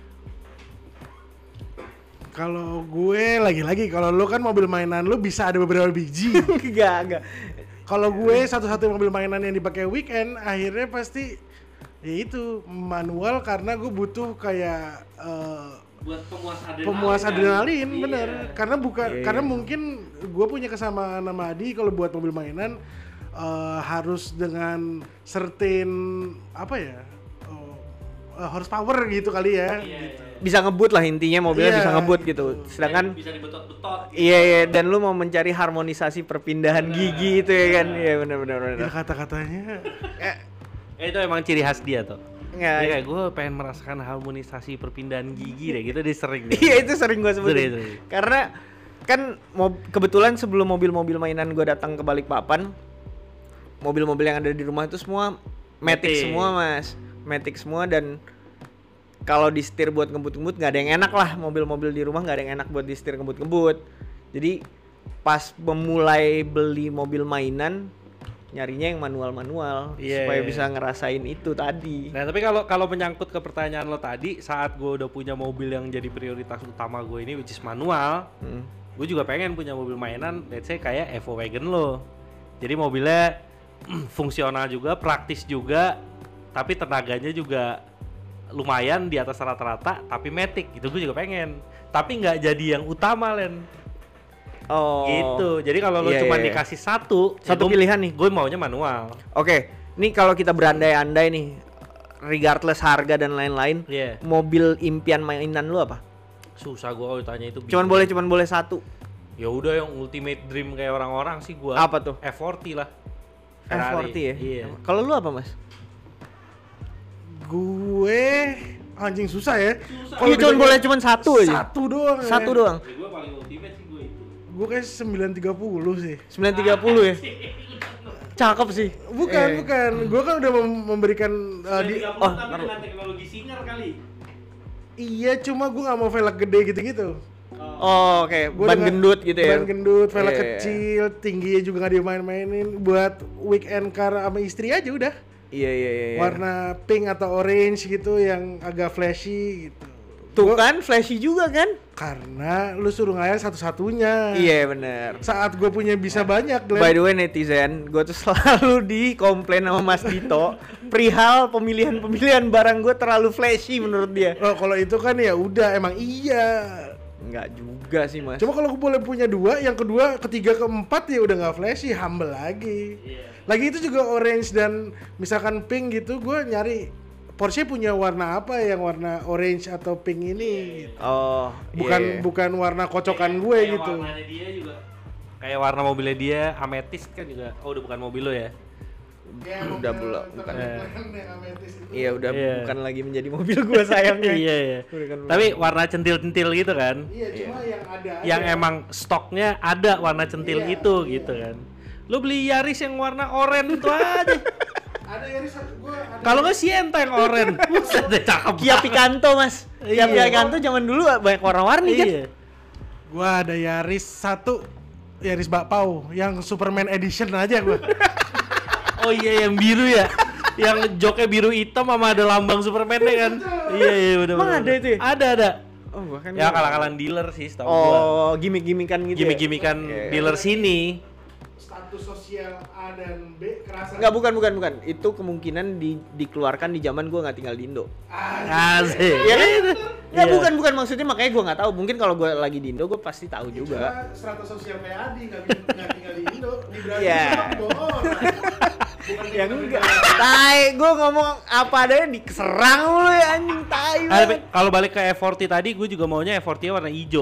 S2: Kalau gue lagi-lagi kalau lu kan mobil mainan lu bisa ada beberapa biji.
S3: Enggak, enggak.
S2: Kalau gue satu-satu mobil mainan yang dipakai weekend akhirnya pasti ya itu manual karena gue butuh kayak uh,
S1: buat pemuas adrenalin.
S2: Pemuas adrenalin
S1: kan?
S2: bener.
S1: Iya.
S2: Karena bukan
S3: iya.
S2: karena mungkin gue punya kesamaan sama Adi kalau buat mobil mainan uh, harus dengan certain apa ya? Uh, horsepower gitu kali ya.
S1: Iya,
S2: gitu.
S1: iya.
S3: Bisa ngebut lah intinya mobilnya
S2: Iya,
S3: bisa ngebut
S2: gitu.
S3: gitu. Sedangkan
S1: bisa dibetot-betot. Gitu.
S3: Iya iya dan lu mau mencari harmonisasi perpindahan bener. Gigi itu ya kan. Iya benar benar benar.
S2: Ya kata-katanya
S1: eh, itu emang ciri khas dia tuh.
S3: Enggak.
S1: Ya kayak gue pengen merasakan harmonisasi perpindahan gigi deh gitu dia sering deh.
S3: Iya itu sering gue sebutin.
S1: Sering, sering.
S3: Karena kan mob- kebetulan sebelum mobil-mobil mainan gue datang ke Balikpapan, mobil-mobil yang ada di rumah itu semua matic semua mas, matic semua dan kalau di setir buat ngebut-ngebut nggak ada yang enak lah, mobil-mobil di rumah nggak ada yang enak buat di setir ngebut-ngebut. Jadi pas memulai beli mobil mainan nyarinya yang manual-manual yeah, supaya bisa ngerasain itu tadi.
S1: Nah tapi kalau kalau menyangkut ke pertanyaan lo tadi, saat gue udah punya mobil yang jadi prioritas utama gue ini which is manual, hmm. gue juga pengen punya mobil mainan, let's say kayak Evo Wagon lo. Jadi mobilnya fungsional juga, praktis juga, tapi tenaganya juga lumayan di atas rata-rata, tapi matic gitu gue juga pengen. Tapi nggak jadi yang utama Len.
S3: Oh.
S1: Gitu. Jadi kalau lo
S3: iya,
S1: cuma
S3: iya.
S1: dikasih satu,
S3: satu
S1: ya gua,
S3: pilihan nih,
S1: gue maunya manual.
S3: Oke. Nih kalau kita berandai-andai nih, regardless harga dan lain-lain,
S1: Iya.
S3: mobil impian mainan lu apa?
S1: Susah gua kalau ditanya itu.
S3: Cuman
S1: bingung.
S3: boleh cuman boleh satu.
S1: Ya udah yang ultimate dream kayak orang-orang sih gua.
S3: Apa tuh?
S1: F empat puluh lah.
S3: F empat puluh ya?
S1: Iya.
S3: Kalau lu apa, Mas?
S2: Gue anjing susah ya.
S3: Iya cuman boleh cuman satu aja.
S2: Satu doang.
S3: Satu
S2: ya.
S3: doang.
S1: Ya, gua paling ultimate sih gua itu.
S2: Gue kayak sembilan tiga puluh sih.
S3: sembilan tiga puluh ya? Cakep sih.
S2: Bukan,
S3: Eh.
S2: bukan. Gue kan udah mem- memberikan uh, di
S3: Oh,
S1: tapi
S3: naruh.
S1: dengan teknologi Singer kali.
S2: iya, cuma gue nggak mau velg gede gitu-gitu.
S3: Oh, oke.
S2: Gua
S3: Ban
S2: dengan-
S3: gendut gitu ya.
S2: Ban gendut, velg
S3: Iya, iya, iya.
S2: kecil, tingginya juga nggak dimain-mainin. Buat weekend car sama istri aja udah.
S3: Iya, iya, iya. iya.
S2: Warna pink atau orange gitu yang agak flashy gitu.
S3: Tuh
S2: Gua-
S3: kan flashy juga kan?
S2: Karena lu suruh ngayal satu-satunya.
S3: Iya, bener.
S2: Saat gue punya bisa banyak, Glenn.
S3: By the way netizen, gue tuh selalu dikomplain sama Mas Dito perihal pemilihan-pemilihan barang gue terlalu flashy menurut dia.
S2: Oh, kalau itu kan ya udah emang iya.
S3: Enggak juga sih, Mas.
S2: Cuma kalau gue boleh punya dua, yang kedua, ketiga, keempat ya udah nggak flashy, humble lagi. Lagi itu juga orange dan misalkan pink gitu, gue nyari Porsche punya warna apa yang warna orange atau pink ini? Gitu.
S3: Oh,
S2: Bukan
S3: iya.
S2: bukan warna kocokan gue
S1: Kayak
S2: gitu.
S1: warnanya dia juga. Kayak warna mobilnya dia amethyst kan juga. Oh, udah bukan mobil lo ya.
S3: Udah belum, bukan.
S1: Eh.
S3: Iya, udah
S1: Iya.
S3: bukan lagi menjadi mobil gue sayangnya.
S1: Iya, iya.
S3: Udah kan belum.
S1: Tapi warna centil-centil gitu kan.
S2: Iya, cuma yang ada
S1: Yang
S2: aja.
S1: emang stoknya ada warna centil
S2: Iya,
S1: itu
S2: iya.
S1: gitu kan. Lu beli Yaris yang warna oranye itu aja.
S2: Ada Yaris gue ada.
S1: Kalau nggak Sienta yang oranye. Buset deh, cakep.
S3: Kia Picanto, Mas. Kia
S1: Iya.
S3: Picanto zaman dulu banyak warna-warni kan?
S1: Iya.
S2: Gue ada Yaris satu, Yaris Bakpao yang Superman Edition aja gue.
S1: Oh iya yang biru ya. Yang joknya biru hitam sama ada lambang Superman-nya kan. Iya iya benar.
S3: Emang ada itu ya?
S1: Ada ada.
S3: Oh, gua kan.
S1: Ya kalah-kalahan dealer sih setahu gua.
S3: Oh, gimmick-gimmickan gitu.
S1: Gimik-gimikan
S3: ya?
S1: dealer sini.
S2: Status sosial A dan B kerasa.
S3: Enggak, bukan bukan bukan. Itu kemungkinan di, dikeluarkan di zaman gua nggak tinggal di Indo.
S1: Asik.
S3: Iya kan? Enggak,
S1: Iya.
S3: bukan bukan maksudnya makanya gua nggak tahu. Mungkin kalau gua lagi di Indo gua pasti tahu juga.
S2: Cuma status sosial kayak Adi nggak bisa nggak tinggal di Indo, di Brazil
S3: Iya.
S2: sama di bawah orang. Bukan
S3: Ya
S2: di
S3: enggak.
S2: negara.
S3: Tai, gua ngomong apa adanya diserang mulu ya anjing tai.
S1: Ah, tapi
S3: banget.
S1: kalau balik ke F empat puluh tadi, gue juga maunya F empat puluh warna hijau.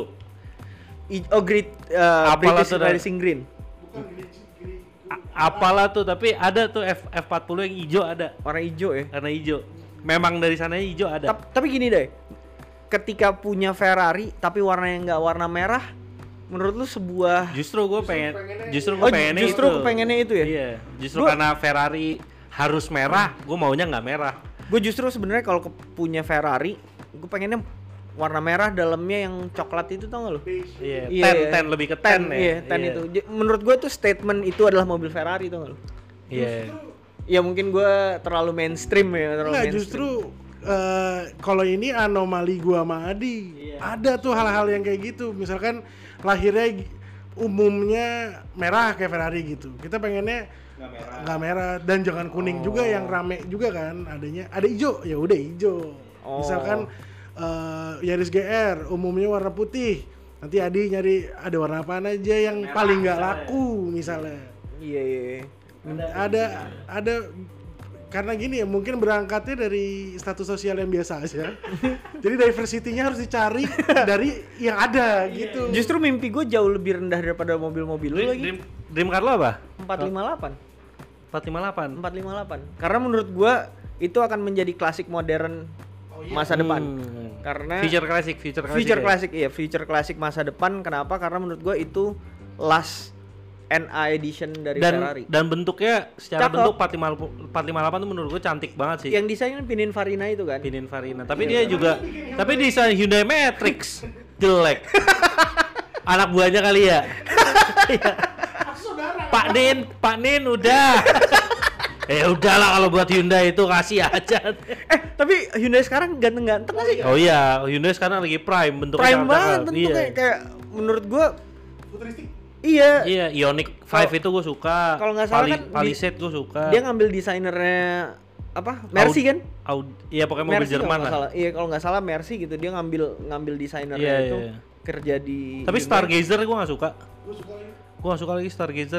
S3: I- Oh, great uh,
S1: Apalah
S3: British
S1: tuh, Dan?
S3: Racing Green.
S2: Bukan gini, gini.
S1: A- apalah tuh, tapi ada tuh F F empat puluh yang hijau ada,
S3: Warna hijau ya.
S1: warna hijau. Memang dari sananya hijau ada.
S3: Tap- tapi gini deh. Ketika punya Ferrari tapi warnanya nggak warna merah, menurut lu sebuah
S1: Justru gue pengen,
S2: pengennya
S1: justru
S3: Oh,
S1: gue pengennya
S3: justru
S1: itu.
S3: kepengennya itu ya?
S1: Iya, justru
S3: Gua-
S1: karena Ferrari harus merah, gue maunya nggak merah.
S3: Gue justru sebenarnya kalau ke- punya Ferrari, gue pengennya warna merah dalamnya yang coklat itu, tau gak lu?
S1: Iya,
S3: Iya,
S1: ten,
S3: iya.
S1: ten lebih ke ten, ya.
S3: Iya, ten
S1: Iya.
S3: itu. J- Menurut gue tuh statement itu adalah mobil Ferrari, tau gak lu?
S1: Iya.
S3: Ya mungkin gue terlalu mainstream ya, terlalu
S2: Enggak,
S3: mainstream.
S2: justru eh, kalau ini anomali gua sama Adi. Ada tuh hal-hal yang kayak gitu. Misalkan lahirnya g- umumnya merah kayak Ferrari gitu. Kita pengennya
S1: Nggak merah.
S2: nggak merah dan jangan kuning juga yang rame juga kan. Adanya ada hijau, ya udah hijau.
S3: Oh.
S2: Misalkan eh, Yaris G R umumnya warna putih. Nanti Adi nyari ada warna apa aja yang
S1: Merah,
S2: paling nggak
S1: misalnya.
S2: laku misalnya.
S3: Iya, iya, iya.
S2: ada ada karena gini ya, mungkin berangkatnya dari status sosial yang biasa aja. Jadi diversity-nya harus dicari dari yang ada gitu.
S3: Justru mimpi gue jauh lebih rendah daripada mobil-mobil lu
S1: Dream,
S3: lagi.
S1: dream, dream car lo apa?
S3: empat lima delapan.
S1: empat lima delapan.
S3: empat lima delapan. Karena menurut gue itu akan menjadi klasik modern masa depan.
S1: Hmm.
S3: Karena
S1: Future classic, future classic.
S3: future
S1: ya?
S3: classic, iya, future classic masa depan. Kenapa? Karena menurut gue itu last N A edition dari
S1: dan
S3: Ferrari.
S1: dan bentuknya secara
S3: Cakep.
S1: bentuk empat lima delapan tuh menurut gue cantik banget sih.
S3: Yang desain kan Pininfarina itu kan.
S1: Pininfarina. Tapi dia juga tapi desain Hyundai Matrix jelek. Anak buahnya kali ya. Pak Nin, Pak Nin udah. Eh udahlah kalau buat Hyundai itu kasih aja.
S3: Eh, tapi Hyundai sekarang ganteng-ganteng nggak sih?
S1: Oh iya, Hyundai sekarang lagi prime bentuknya.
S3: Prime
S1: sangat
S3: banget
S1: cakep.
S3: bentuknya.
S1: Iya.
S3: Kayak menurut gue
S2: Futuristik.
S3: iya.
S1: Iya, Ioniq lima
S3: Kalau-
S1: itu gue suka.
S3: kalau nggak salah
S1: Pali-
S3: kan di-
S1: Palisade gue suka.
S3: Dia ngambil desainernya apa? Mercy
S1: Aud-
S3: kan?
S1: Aud- iya pokoknya mobil
S3: Mercy
S1: Jerman
S3: kalau nggak
S1: lah.
S3: salah. Iya, kalau nggak salah Mercy gitu. Dia ngambil ngambil desainernya
S1: Iya,
S3: itu
S1: iya.
S3: kerja di
S1: Tapi
S3: Hyundai.
S1: Stargazer gue nggak suka.
S2: Gua suka ini.
S1: Gue gak suka lagi Stargazer.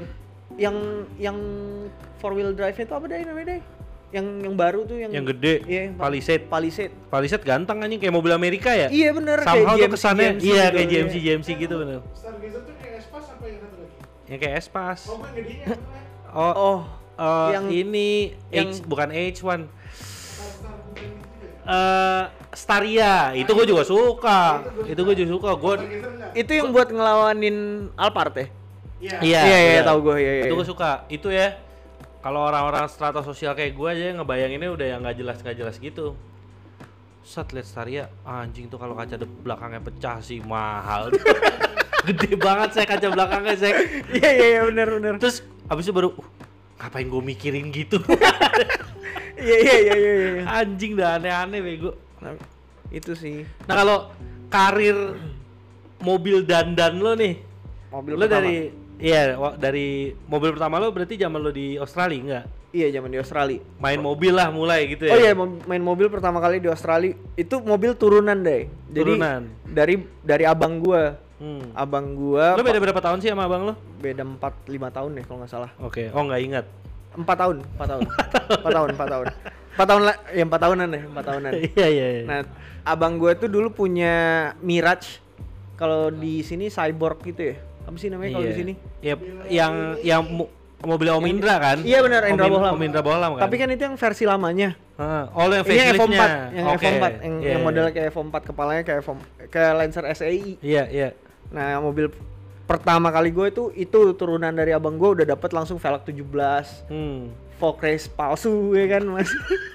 S3: yang yang four wheel drive itu apa deh namanya deh? Yang yang baru tuh yang
S1: yang gede,
S3: iya,
S1: Palisade.
S3: Palisade.
S1: Palisade ganteng anjing kayak mobil Amerika ya?
S3: Iya bener,
S1: Somehow
S3: kayak
S1: tuh kesannya,
S3: G M C
S1: iya
S3: gitu,
S1: kayak G M C
S3: iya.
S1: G M C gitu bener.
S2: Stargazer tuh kayak Espas apa yang satu lagi?
S1: Yang kayak Espas.
S2: Oh, gue gedenya apa?
S1: Oh,
S3: Oh,
S1: eh,
S3: yang-
S1: ini
S3: yang-
S1: H, bukan H one.
S2: Star Star bukan gitu ya?
S1: Eh, Staria, itu gue juga suka. Itu gue juga suka. Gue
S2: Stargazer enggak?
S3: itu yang buat ngelawanin Alphard ya?
S2: Iya.
S1: iya,
S3: Iya, iya,
S1: iya.
S3: tahu gue, iya, iya.
S1: Itu gue suka. Itu ya. Kalau orang-orang strata sosial kayak gue aja ngebayanginnya udah yang nggak jelas nggak jelas gitu. Set lihat Staria, anjing tuh kalau kaca de- belakangnya pecah sih mahal. Gede banget saya kaca belakangnya saya.
S3: Iya iya iya benar benar.
S1: Terus abis itu baru, uh, ngapain gue mikirin gitu?
S3: Iya iya iya iya iya.
S1: Anjing dah aneh-aneh bego.
S3: Nah, itu sih
S1: Nah kalau karir mobil dandan lo nih,
S3: mobil
S1: lo
S3: pertama.
S1: dari iya wa- dari mobil pertama lo berarti zaman lo di Australia enggak?
S3: Iya zaman di Australia.
S1: Main mobil lah mulai gitu ya?
S3: Oh iya mo- main mobil pertama kali di Australia itu mobil turunan deh. Jadi
S1: Turunan.
S3: dari dari abang gua.
S1: Hmm.
S3: Abang gua
S1: Lo beda berapa tahun sih sama abang lo?
S3: beda empat lima tahun deh kalau nggak salah.
S1: Oke, oh nggak ingat.
S3: empat tahun, empat tahun. empat tahun, empat tahun. empat tahun lah, ya empat tahunan deh, empat tahunan.
S1: Iya iya. iya.
S3: Nah, abang gue tuh dulu punya Mirage. Kalau di sini Cyborg gitu ya. Apa sih namanya kalau
S1: Iya.
S3: di sini?
S1: Ya, yang yang mo- mobil Om Indra kan?
S3: Iya benar, Indra
S1: Om In-
S3: Bohlam.
S1: Om Indra Bohlam kan?
S3: Tapi kan itu yang versi lamanya.
S1: Heeh. Oh, yang
S3: Ini yang F
S1: facelift-nya.
S3: empat, yang
S1: Oke.
S3: F empat, yang,
S1: Iya,
S3: yang
S1: iya.
S3: modelnya kayak F empat, kepalanya kayak F empat, kayak Lancer S E I.
S1: Iya, iya.
S3: Nah, mobil pertama kali gue itu itu turunan dari abang gue udah dapet langsung velg tujuh belas,
S1: Hmm.
S3: fog race palsu ya kan mas.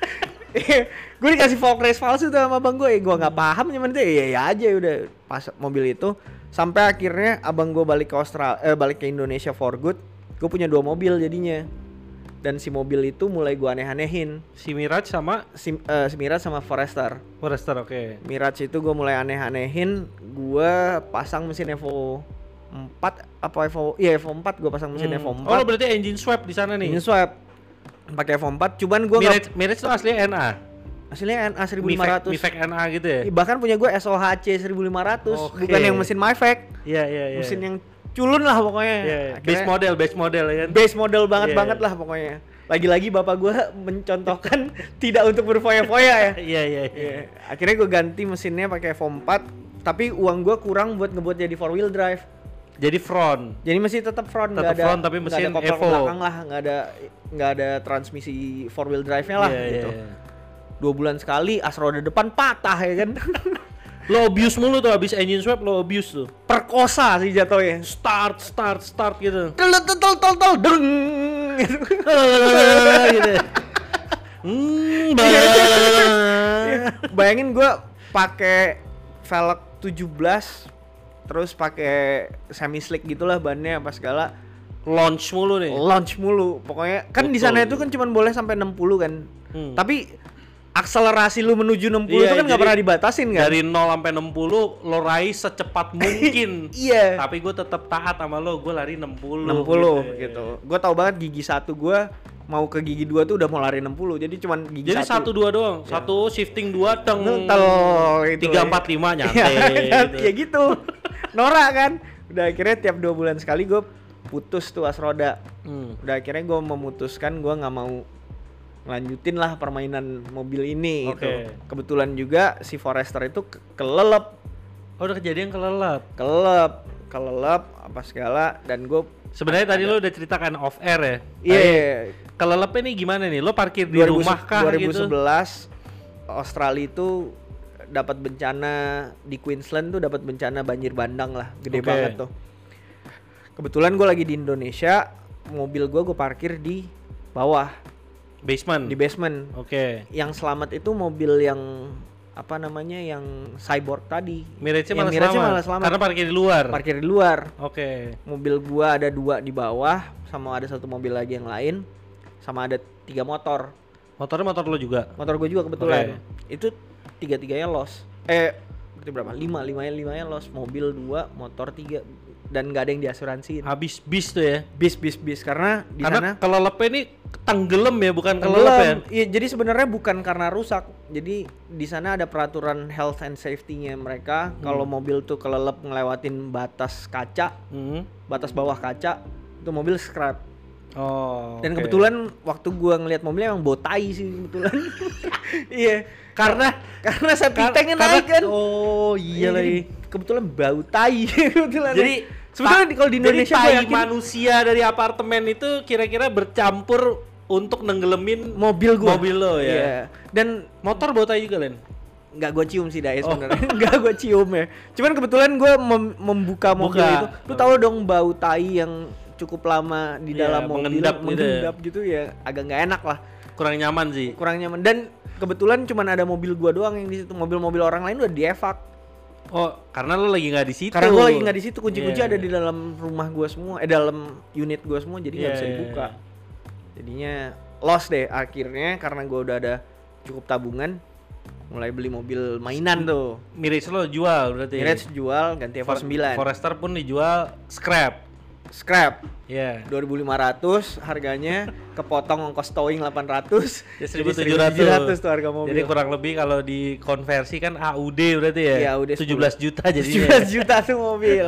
S3: Gue dikasih fog race palsu tuh sama abang gue, ya gue nggak paham cuman itu ya ya aja udah pas mobil itu sampai akhirnya abang gue balik ke Australia, eh, balik ke Indonesia for good. Gue punya dua mobil jadinya, dan si mobil itu mulai gue aneh-anehin.
S1: Si Mirage sama
S3: Si, eh, si Mirage sama Forester.
S1: Forester, oke.
S3: Mirage itu gue mulai aneh-anehin, gue pasang mesin Evo empat apa Evo, iya Evo empat gue pasang mesin
S1: Hmm.
S3: Evo
S1: Oh, lo
S3: empat.
S1: berarti engine swap di sana nih.
S3: Ini swap pakai Evo empat, cuman gue
S1: Mirage, Mirage itu aslinya N A.
S3: hasilnya N A seribu lima ratus.
S1: Mifec N A gitu ya?
S3: Bahkan punya gue S O H C seribu lima ratus,
S1: Oke.
S3: bukan yang mesin Mifec.
S1: Iya, iya, iya.
S3: Mesin yang culun lah pokoknya.
S1: Iya, iya.
S3: Akhirnya-
S1: Base model, base model ya kan?
S3: base model banget
S1: Iya,
S3: banget
S1: iya.
S3: lah pokoknya. Lagi-lagi bapak gue mencontohkan tidak untuk berfoya-foya ya.
S1: Iya, iya, iya.
S3: Iya. Akhirnya gue ganti mesinnya pakai Evo empat, tapi uang gue kurang buat ngebuat jadi four wheel drive.
S1: Jadi front.
S3: Jadi masih tetap front,
S1: Tetap
S3: nggak ada
S1: front, tapi
S3: nggak
S1: mesin
S3: ada kopel
S1: Evo.
S3: belakang lah, nggak ada nggak ada transmisi four wheel drive-nya lah
S1: Iya,
S3: gitu.
S1: iya, iya.
S3: Dua bulan sekali as roda depan patah ya kan.
S1: Lo abuse mulu tuh abis engine swap, lo abuse tuh.
S3: Perkosa sih jatuhnya.
S1: Start, start, start gitu.
S3: Tel tel tel tel tel deng. Gitu.
S1: gitu. Hmm,
S3: Bayangin gue pakai velg tujuh belas terus pakai semi slick gitulah bannya apa segala,
S1: launch mulu nih.
S3: launch mulu pokoknya kan. Di
S1: Betul.
S3: sana itu kan cuma boleh sampai enam puluh kan.
S1: Hmm.
S3: Tapi akselerasi lu menuju enam puluh
S1: Iya,
S3: itu kan nggak
S1: jadi
S3: pernah dibatasin kan.
S1: Dari nol sampai enam puluh lo raih secepat mungkin.
S3: Iya.
S1: Tapi gue tetap taat sama lo, gue lari enam puluh.
S3: enam puluh gitu. Gue tahu banget gigi satu gue mau ke gigi dua tuh udah mau lari enam puluh. Jadi cuman gigi
S1: Jadi satu dua doang, satu shifting dua teng.
S3: Ngentel gitu.
S1: Tiga empat lima nyantai.
S3: Iya,
S1: gitu.
S3: ya gitu. Norak kan. Udah akhirnya tiap dua bulan sekali gue putus tuh as roda.
S1: Hmm.
S3: Udah akhirnya gue memutuskan gue nggak mau lanjutin lah permainan mobil ini
S1: Oke.
S3: gitu. Kebetulan juga si Forester itu ke- kelelep,
S1: Oh udah kejadian kelelap.
S3: kelelep, kelelep apa segala, dan gue
S1: Sebenarnya tadi lo udah ceritakan off air ya.
S3: iya
S1: Tapi Kelelapnya nih gimana nih? Lo parkir di rumah kah
S3: dua ribu
S1: gitu?
S3: sebelas Australia itu dapat bencana di Queensland tuh, dapat bencana banjir bandang lah, gede
S1: Oke.
S3: banget tuh. Kebetulan gue lagi di Indonesia, mobil gue gue parkir di bawah
S1: Basement.
S3: di basement.
S1: Oke.
S3: Yang selamat itu mobil yang apa namanya, yang Cyborg tadi.
S1: Mirage-nya
S3: Yang
S1: malah,
S3: Mirage-nya
S1: selamat.
S3: malah selamat.
S1: Karena parkir di luar.
S3: Parkir di luar.
S1: Oke.
S3: Mobil gua ada dua di bawah, sama ada satu mobil lagi yang lain, sama ada tiga motor.
S1: Motornya motor lo juga.
S3: Motor gue juga kebetulan.
S1: Oke.
S3: Itu tiga-tiganya loss. Eh, berarti berapa? Lima, limanya limanya loss. Mobil dua, motor tiga, dan nggak ada yang diasuransiin.
S1: Habis bis tuh ya.
S3: Bis, bis, bis. Karena di
S1: Karena
S3: sana
S1: kelelapnya ini tenggelam ya, bukan kelelap ya.
S3: tenggelam. Iya, jadi sebenarnya bukan karena rusak. Jadi di sana ada peraturan health and safety-nya mereka. Kalau mobil tuh kelelep ngelewatin batas kaca,
S1: Hmm.
S3: batas bawah kaca, itu mobil scrap.
S1: Oh.
S3: Dan
S1: okay.
S3: kebetulan waktu gua ngelihat mobilnya emang bau tai sih kebetulan. Iya, karena karena safety
S1: Kar-
S3: tanknya
S1: karena-
S3: naik kan.
S1: Oh iya
S3: Iya,
S1: lagi.
S3: jadi kebetulan bau tai kebetulan.
S1: Jadi
S3: sebetulnya di- kalau di Indonesia
S1: jadi
S3: gua
S1: tai
S3: yakin
S1: manusia dari apartemen itu kira-kira bercampur untuk nenggelemin
S3: mobil gua.
S1: mobil lo ya.
S3: Iya. Dan
S1: Motor bau tai juga, Len?
S3: nggak gue cium sih Dai
S1: Oh.
S3: sebenarnya. Nggak gue cium ya. Cuman kebetulan gue mem- membuka mobil
S1: Buka.
S3: itu. Lu tahu dong bau tai yang cukup lama di
S1: Iya,
S3: dalam mobil
S1: mengendap gitu ya.
S3: mengendap gitu ya agak nggak enak lah.
S1: Kurang nyaman sih.
S3: Kurang nyaman dan kebetulan cuman ada mobil gua doang yang di situ. Mobil-mobil orang lain udah dievak.
S1: Oh, karena lo lagi nggak di situ.
S3: Karena gua lagi nggak di situ, kunci-kunci
S1: Iya,
S3: ada
S1: iya.
S3: di dalam rumah gua semua, eh dalam unit gua semua jadi nggak
S1: Iya,
S3: bisa
S1: iya,
S3: dibuka.
S1: iya.
S3: Jadinya lost deh akhirnya karena gua udah ada cukup tabungan mulai beli mobil mainan tuh.
S1: Mirage lo jual berarti.
S3: Mirage jual ganti Evo
S1: For-
S3: sembilan.
S1: Forester pun dijual scrap.
S3: Scrap
S1: Iya.
S3: dua ribu lima ratus harganya, kepotong ongkos towing delapan ratus.
S1: Ya
S3: jadi
S1: seribu tujuh ratus
S3: tuh harga mobil.
S1: Jadi kurang lebih kalau dikonversi kan A U D berarti ya.
S3: Iya, A U D
S1: tujuh belas juta
S3: tujuh
S1: jadinya.
S3: belas juta tuh mobil.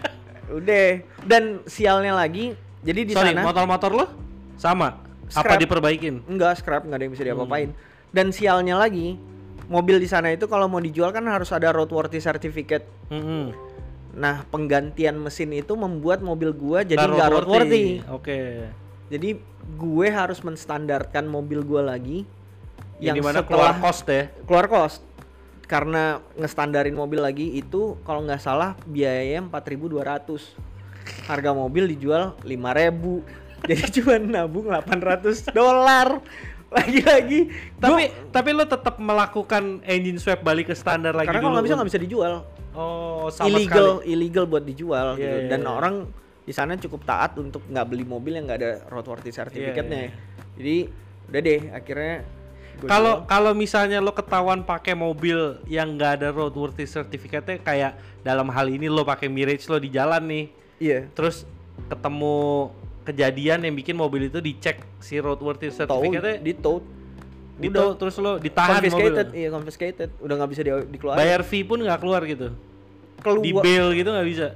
S3: Udah. Dan sialnya lagi, jadi di
S1: Sorry,
S3: sana
S1: motor-motor lo sama? Apa
S3: Scrap.
S1: diperbaikin?
S3: enggak scrap, enggak ada yang bisa
S1: Hmm.
S3: diapa-apain. Dan sialnya lagi, mobil di sana itu kalau mau dijual kan harus ada roadworthy certificate.
S1: Mm-mm.
S3: Nah, penggantian mesin itu membuat mobil gua jadi
S1: Nggak
S3: enggak roadworthy.
S1: Oke.
S3: Jadi gue harus menstandarkan mobil gua lagi
S1: Yang
S3: yang
S1: dimana
S3: setelah
S1: keluar cost ya.
S3: keluar cost. Karena ngestandarin mobil lagi itu kalau nggak salah biayanya empat ribu dua ratus. Harga mobil dijual lima ribu. Jadi cuma nabung delapan ratus dolar. Lagi-lagi
S1: Tapi
S3: gua-
S1: tapi lo tetap melakukan engine swap balik ke standar lagi
S3: karena
S1: dulu.
S3: kalau nggak bisa nggak bisa dijual.
S1: Oh, sama
S3: Illegal,
S1: sekali.
S3: illegal buat dijual
S1: Iya,
S3: gitu.
S1: iya,
S3: Dan
S1: iya.
S3: orang di sana cukup taat untuk nggak beli mobil yang nggak ada roadworthy certificate-nya.
S1: Iya,
S3: Jadi udah deh akhirnya gua
S1: Kalau
S3: jual.
S1: kalau misalnya lo ketahuan pakai mobil yang nggak ada roadworthy certificate-nya, kayak dalam hal ini lo pakai Mirage lo di jalan nih,
S3: iya
S1: terus ketemu kejadian yang bikin mobil itu dicek si roadworthy
S3: tahu
S1: certificate-nya,
S3: di tow
S1: di tow, terus lo ditahan
S3: confiscated,
S1: mobil,
S3: iya confiscated, udah nggak bisa di- dikeluarin.
S1: bayar fee pun nggak keluar gitu,
S3: Keluar.
S1: di bail gitu nggak bisa.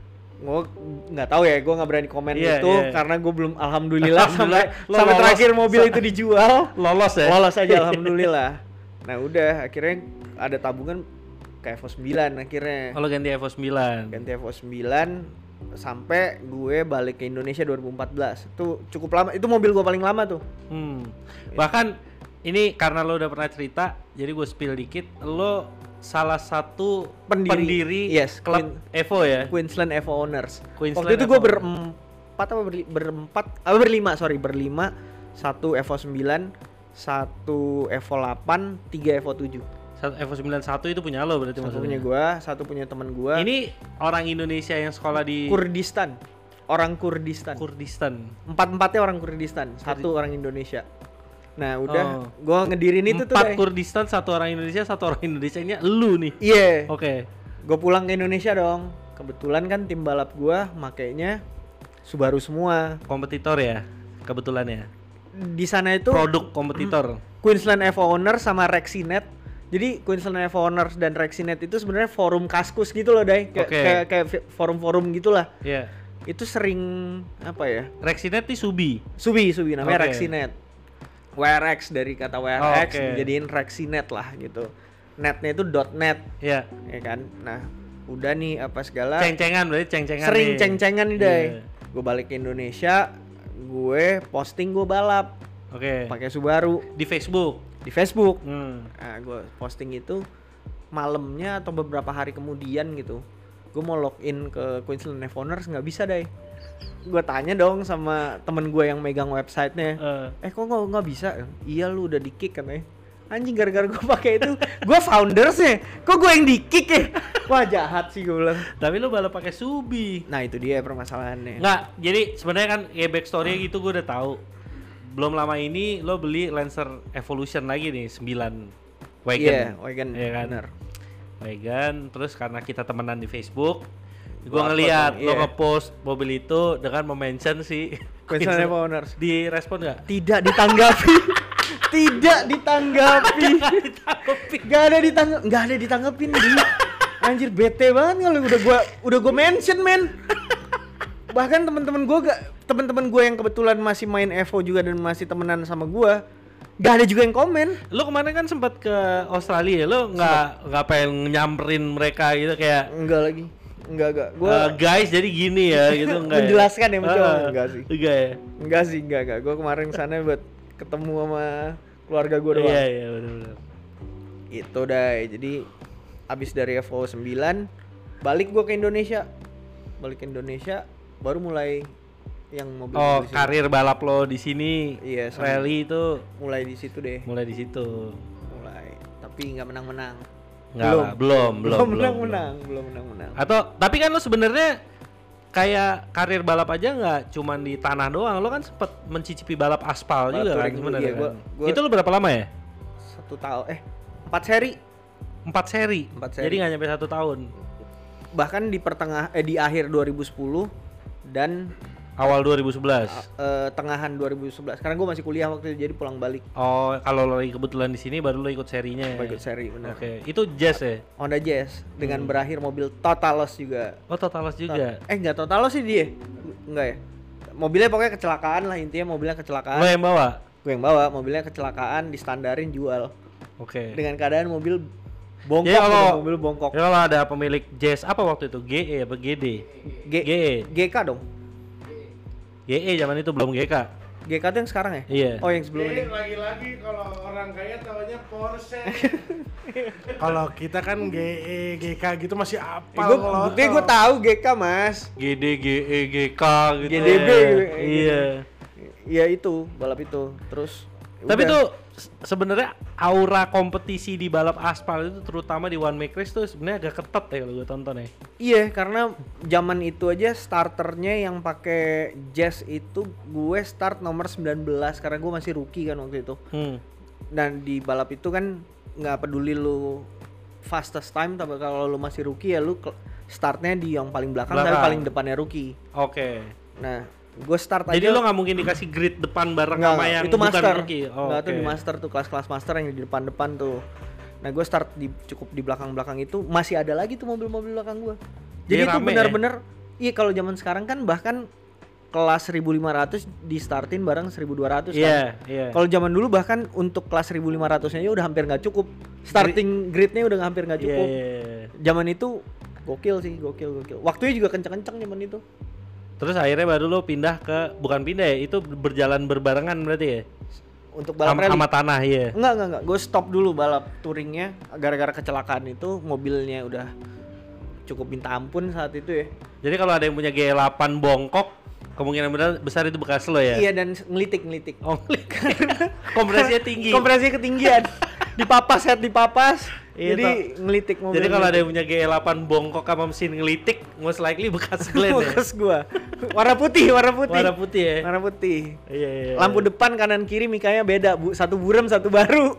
S3: Gue nggak tahu ya, gue nggak berani komen
S1: Iya,
S3: itu
S1: iya.
S3: karena gue belum alhamdulillah,
S1: Alhamdulillah,
S3: sampai
S1: lo
S3: sampai
S1: lolos.
S3: terakhir mobil itu dijual
S1: Lolos ya?
S3: lolos aja alhamdulillah. Nah udah akhirnya ada tabungan ke Evo sembilan akhirnya
S1: Kalau ganti Evo sembilan.
S3: ganti Evo sembilan sampai gue balik ke Indonesia dua ribu empat belas. Itu cukup lama, itu mobil gue paling lama tuh.
S1: Hmm. Bahkan ini karena lo udah pernah cerita, jadi gue spill dikit. Lo salah satu
S3: Pendiri.
S1: pendiri,
S3: Yes,
S1: klub
S3: Queen-
S1: Evo ya.
S3: Queensland Evo Owners.
S1: Queensland
S3: Waktu itu
S1: Evo
S3: gue
S1: Owners.
S3: berempat apa ber, berempat apa berlima sorry berlima, satu Evo sembilan, satu Evo delapan, tiga Evo tujuh.
S1: Satu Evo sembilan puluh satu itu punya lo berarti
S3: Satu
S1: maksudnya.
S3: punya gua, satu punya teman gua.
S1: Ini orang Indonesia yang sekolah di
S3: Kurdistan. Orang Kurdistan.
S1: Kurdistan.
S3: Empat-empatnya orang Kurdistan, satu orang Indonesia. Nah, udah
S1: Oh.
S3: gua ngedirin itu tuh.
S1: Empat
S3: deh.
S1: Kurdistan, satu orang Indonesia, satu orang Indonesianya lu nih.
S3: Iya.
S1: Oke.
S3: Gua pulang ke Indonesia dong. Kebetulan kan tim balap gua makainya Subaru semua.
S1: Kompetitor ya, kebetulan ya.
S3: Di sana itu
S1: Produk kompetitor.
S3: Queensland Evo Owners sama Rexinet. Jadi Queensland Evo Owners dan Rexinet itu sebenarnya forum kaskus gitu loh, Dai. Kayak
S1: Oke.
S3: kayak, kayak forum-forum gitulah.
S1: Iya.
S3: Itu sering apa ya?
S1: Rexinet di Subi.
S3: Subi, Subi namanya
S1: Oke.
S3: Rexinet. W R X dari kata W R X
S1: Oh, oke.
S3: dijadiin Rexinet lah gitu. Netnya itu .net,
S1: Iya.
S3: ya kan. Nah, udah nih apa segala.
S1: Ceng-cengan berarti ceng-cengan.
S3: Sering
S1: nih.
S3: ceng-cengan nih, Dai.
S1: Iya.
S3: Gue balik ke Indonesia, gue posting gue balap
S1: Oke.
S3: pakai Subaru
S1: Di Facebook.
S3: di Facebook.
S1: Hmm.
S3: Nah, gue posting itu malamnya atau beberapa hari kemudian gitu. Gue mau login ke Queensland Evo Owners nggak bisa, Dai. Gue tanya dong sama temen gue yang megang websitenya.
S1: Eh.
S3: Eh kok nggak nggak bisa? Iya lu udah di kick katanya. Anjing gara-gara gue pakai itu, gue foundersnya. Kok gue yang di kick ya? Wah jahat sih gue bilang.
S1: Tapi lu balap pakai Subi.
S3: Nah itu dia permasalahannya.
S1: Nggak, jadi sebenarnya kan ya backstory gitu gue udah tahu. Belum lama ini lo beli Lancer Evolution lagi nih sembilan wagon.
S3: Iya, wagon.
S1: Iya kan?
S3: Bener.
S1: Wagon, terus karena kita temenan di Facebook, gue
S3: Gua upload
S1: ngeliat
S3: dong,
S1: lo
S3: iya.
S1: ngepost mobil itu dengan memention si
S3: Queensland Evo Owners.
S1: Di respon nggak?
S3: Tidak ditanggapi. Tidak ditanggapi. Gak ada ditanggap, gak ada ditanggapin dia. Anjir bete banget kalau udah gua udah gua mention men. Bahkan teman-teman gua gak teman-teman gue yang kebetulan masih main Evo juga dan masih temenan sama gue, gak ada juga yang komen.
S1: Lo kemarin kan sempat ke Australia, lo nggak nggak pengen nyamperin mereka gitu kayak
S3: enggak lagi, enggak enggak.
S1: Gue uh, guys jadi gini ya gitu enggak.
S3: Menjelaskan ya, mencoba
S1: uh,
S3: enggak sih?
S1: Enggak ya?
S3: Enggak sih, enggak enggak. Gue kemarin sana buat ketemu sama keluarga gue doang.
S1: Iya iya benar-benar.
S3: Itu dah. Jadi abis dari Evo sembilan balik gue ke Indonesia. Balik ke Indonesia baru mulai yang mobil.
S1: Oh, karir balap lo di sini.
S3: Iya,
S1: rally itu
S3: mulai di situ deh.
S1: Mulai di situ.
S3: Mulai. Tapi nggak menang-menang.
S1: Nggak lah, belum, belum,
S3: belum menang-menang, belum menang-menang.
S1: Atau tapi kan lo sebenarnya kayak karir balap aja nggak cuman di tanah doang, lo kan sempet mencicipi balap aspal balap juga kan sebenarnya. Iya, kan? Gua, itu lo berapa lama ya?
S3: Satu tahun, eh empat seri.
S1: Empat seri.
S3: Empat seri.
S1: Jadi nggak nyampe satu tahun.
S3: Bahkan di pertengah, eh di akhir dua ribu sepuluh dan
S1: awal dua ribu sebelas.
S3: Uh, tengahan dua ribu sebelas. Karena gue masih kuliah waktu itu jadi pulang balik.
S1: Oh, kalau lo lagi kebetulan di sini baru lo ikut serinya.
S3: Gue ikut seri, benar.
S1: Oke. Okay. Itu Jazz ya?
S3: Honda Jazz dengan hmm. berakhir mobil total loss juga.
S1: Oh, total loss juga.
S3: Tot- eh enggak total loss sih dia. Enggak ya. Mobilnya pokoknya kecelakaan lah, intinya mobilnya kecelakaan.
S1: Lo yang bawa?
S3: Gue yang bawa, mobilnya kecelakaan, distandarin jual.
S1: Oke. Okay.
S3: Dengan keadaan mobil bongkok,
S1: ya, kalau,
S3: mobil bongkok.
S1: Ya kalau ada pemilik Jazz apa waktu itu? G E apa G D?
S3: G E. G K dong.
S1: G E zaman itu belum G K.
S3: G K tuh yang sekarang ya?
S1: Iya.
S3: Oh yang sebelum ini.
S2: Lagi-lagi kalau orang kaya taunya Porsche. Kalau kita kan G E, G K gitu masih apal.
S3: Eh, gue gue tahu G K mas.
S1: G D, G E, G K gitu.
S3: G D B.
S1: Iya.
S3: Iya itu balap itu. Terus.
S1: Tapi udah. Tuh sebenarnya aura kompetisi di balap aspal itu terutama di one make race tuh sebenarnya agak ketat ya kalau gue tonton ya.
S3: Iya, karena zaman itu aja starternya yang pakai Jazz itu gue start nomor sembilan belas karena gue masih rookie kan waktu itu. Hmm. Dan di balap itu kan nggak peduli lu fastest time, tapi kalau lu masih rookie ya lu startnya di yang paling belakang, belakang. Tapi paling depannya rookie.
S1: Oke. Okay.
S3: Nah. Gue start
S1: jadi
S3: aja.
S1: Jadi lo nggak mungkin dikasih grid depan bareng
S3: nggak,
S1: sama yang
S3: itu
S1: bukan
S3: master.
S1: rookie. Oh,
S3: nggak,
S1: okay.
S3: Itu di master tuh, kelas-kelas master yang di depan-depan tuh. Nah gue start di cukup di belakang-belakang itu masih ada lagi tuh mobil-mobil belakang gue. Jadi itu benar-benar ya? Iya kalau zaman sekarang kan bahkan kelas seribu lima ratus di startin bareng seribu dua ratus
S1: yeah,
S3: kan.
S1: Yeah.
S3: Kalau zaman dulu bahkan untuk kelas seribu lima ratus-nya udah hampir nggak cukup. Starting gridnya udah hampir nggak cukup.
S1: Yeah, yeah, yeah.
S3: Zaman itu gokil sih, gokil gokil. Waktunya juga kenceng-kenceng zaman itu.
S1: Terus akhirnya baru lo pindah ke, bukan pindah ya, itu berjalan berbarengan berarti ya?
S3: Untuk balap
S1: Am,
S3: rally?
S1: Sama tanah ya?
S3: Enggak, enggak, enggak, gue stop dulu balap touringnya gara-gara kecelakaan itu, mobilnya udah cukup minta ampun saat itu ya.
S1: Jadi kalau ada yang punya G delapan bongkok, kemungkinan besar itu bekas lo ya?
S3: Iya, dan ngelitik-ngelitik.
S1: Oh, kompresinya tinggi.
S3: Kompresinya ketinggian. Dipapas, head dipapas. Iya, jadi toh. Ngelitik mobil.
S1: Jadi kalau ada yang punya G delapan bongkok sama mesin ngelitik, most likely bekas Glenn ya.
S3: Bekas gua. Warna putih, warna putih.
S1: Warna putih ya.
S3: Warna putih.
S1: Iya, iya.
S3: Lampu depan kanan kiri mikanya beda, Bu. Satu buram, satu baru.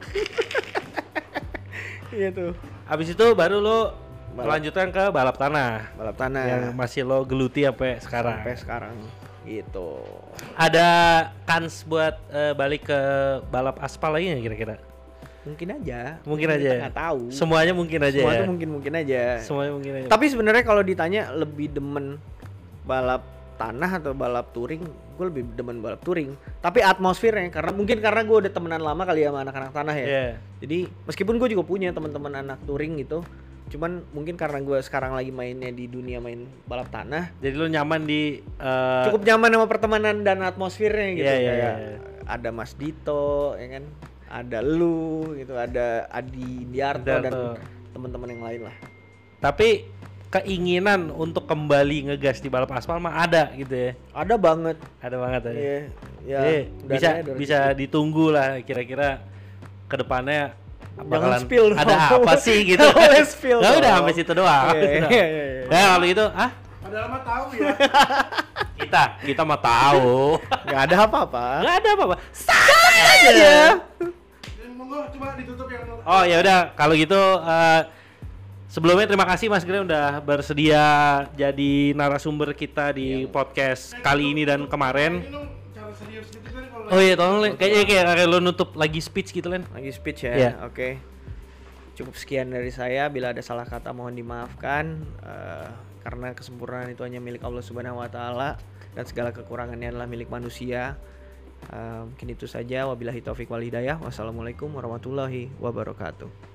S3: Iya tuh.
S1: Habis itu baru lo melanjutkan ke balap tanah.
S3: Balap tanah.
S1: Yang masih lo geluti sampai sekarang.
S3: Sampai sekarang. Gitu.
S1: Ada kans buat uh, balik ke balap aspal lagi nggak kira-kira?
S3: Mungkin aja.
S1: Mungkin aja.
S3: Nggak tahu.
S1: Semuanya mungkin aja.
S3: Semua
S1: ya?
S3: tuh mungkin-mungkin aja.
S1: Semuanya mungkin aja.
S3: Tapi sebenarnya kalau ditanya lebih demen balap tanah atau balap touring, gue lebih demen balap touring. Tapi atmosfernya, karena mungkin karena gue udah temenan lama kali ya sama anak-anak tanah ya. Yeah. Jadi meskipun gue juga punya teman-teman anak touring gitu, cuman mungkin karena gue sekarang lagi mainnya di dunia main balap tanah,
S1: jadi lo nyaman di uh...
S3: cukup nyaman sama pertemanan dan atmosfernya gitu.
S1: Yeah, yeah,
S3: kayak
S1: yeah.
S3: Ada Mas Dito, ya kan, ada lu gitu, ada Adi Diarto dan teman-teman yang lain lah.
S1: Tapi keinginan untuk kembali ngegas di balap aspal mah ada gitu ya.
S3: Ada banget.
S1: Ada banget aja.
S3: Iya. Ya,
S1: yeah, bisa bisa ditunggu lah kira-kira kedepannya bakalan
S3: spill
S1: ada apa sih gitu. Nggak udah sampai situ doang.
S3: Iya, iya, iya, iya.
S1: Nah kalau itu, ah?
S2: Padahal mah tahu ya.
S1: kita, kita mah tahu.
S3: Nggak ada apa-apa.
S1: Nggak ada apa-apa. Santai aja.
S2: Monggo coba ditutup yang.
S1: Oh ya udah, kalau gitu uh, sebelumnya terima kasih Mas Glenn udah bersedia jadi narasumber kita di ya. podcast eh, kali ini dan kemarin. Gitu, oh iya, tolong Len. Kayaknya kayak, kayak lo nutup lagi speech gitu Len.
S3: Lagi speech ya.
S1: Yeah.
S3: Oke. Okay. Cukup sekian dari saya. Bila ada salah kata mohon dimaafkan. Uh, karena kesempurnaan itu hanya milik Allah Subhanahu Wa Taala. dan segala kekurangannya adalah milik manusia. Uh, mungkin itu saja, wabillahi taufik wal hidayah. Wassalamualaikum warahmatullahi wabarakatuh.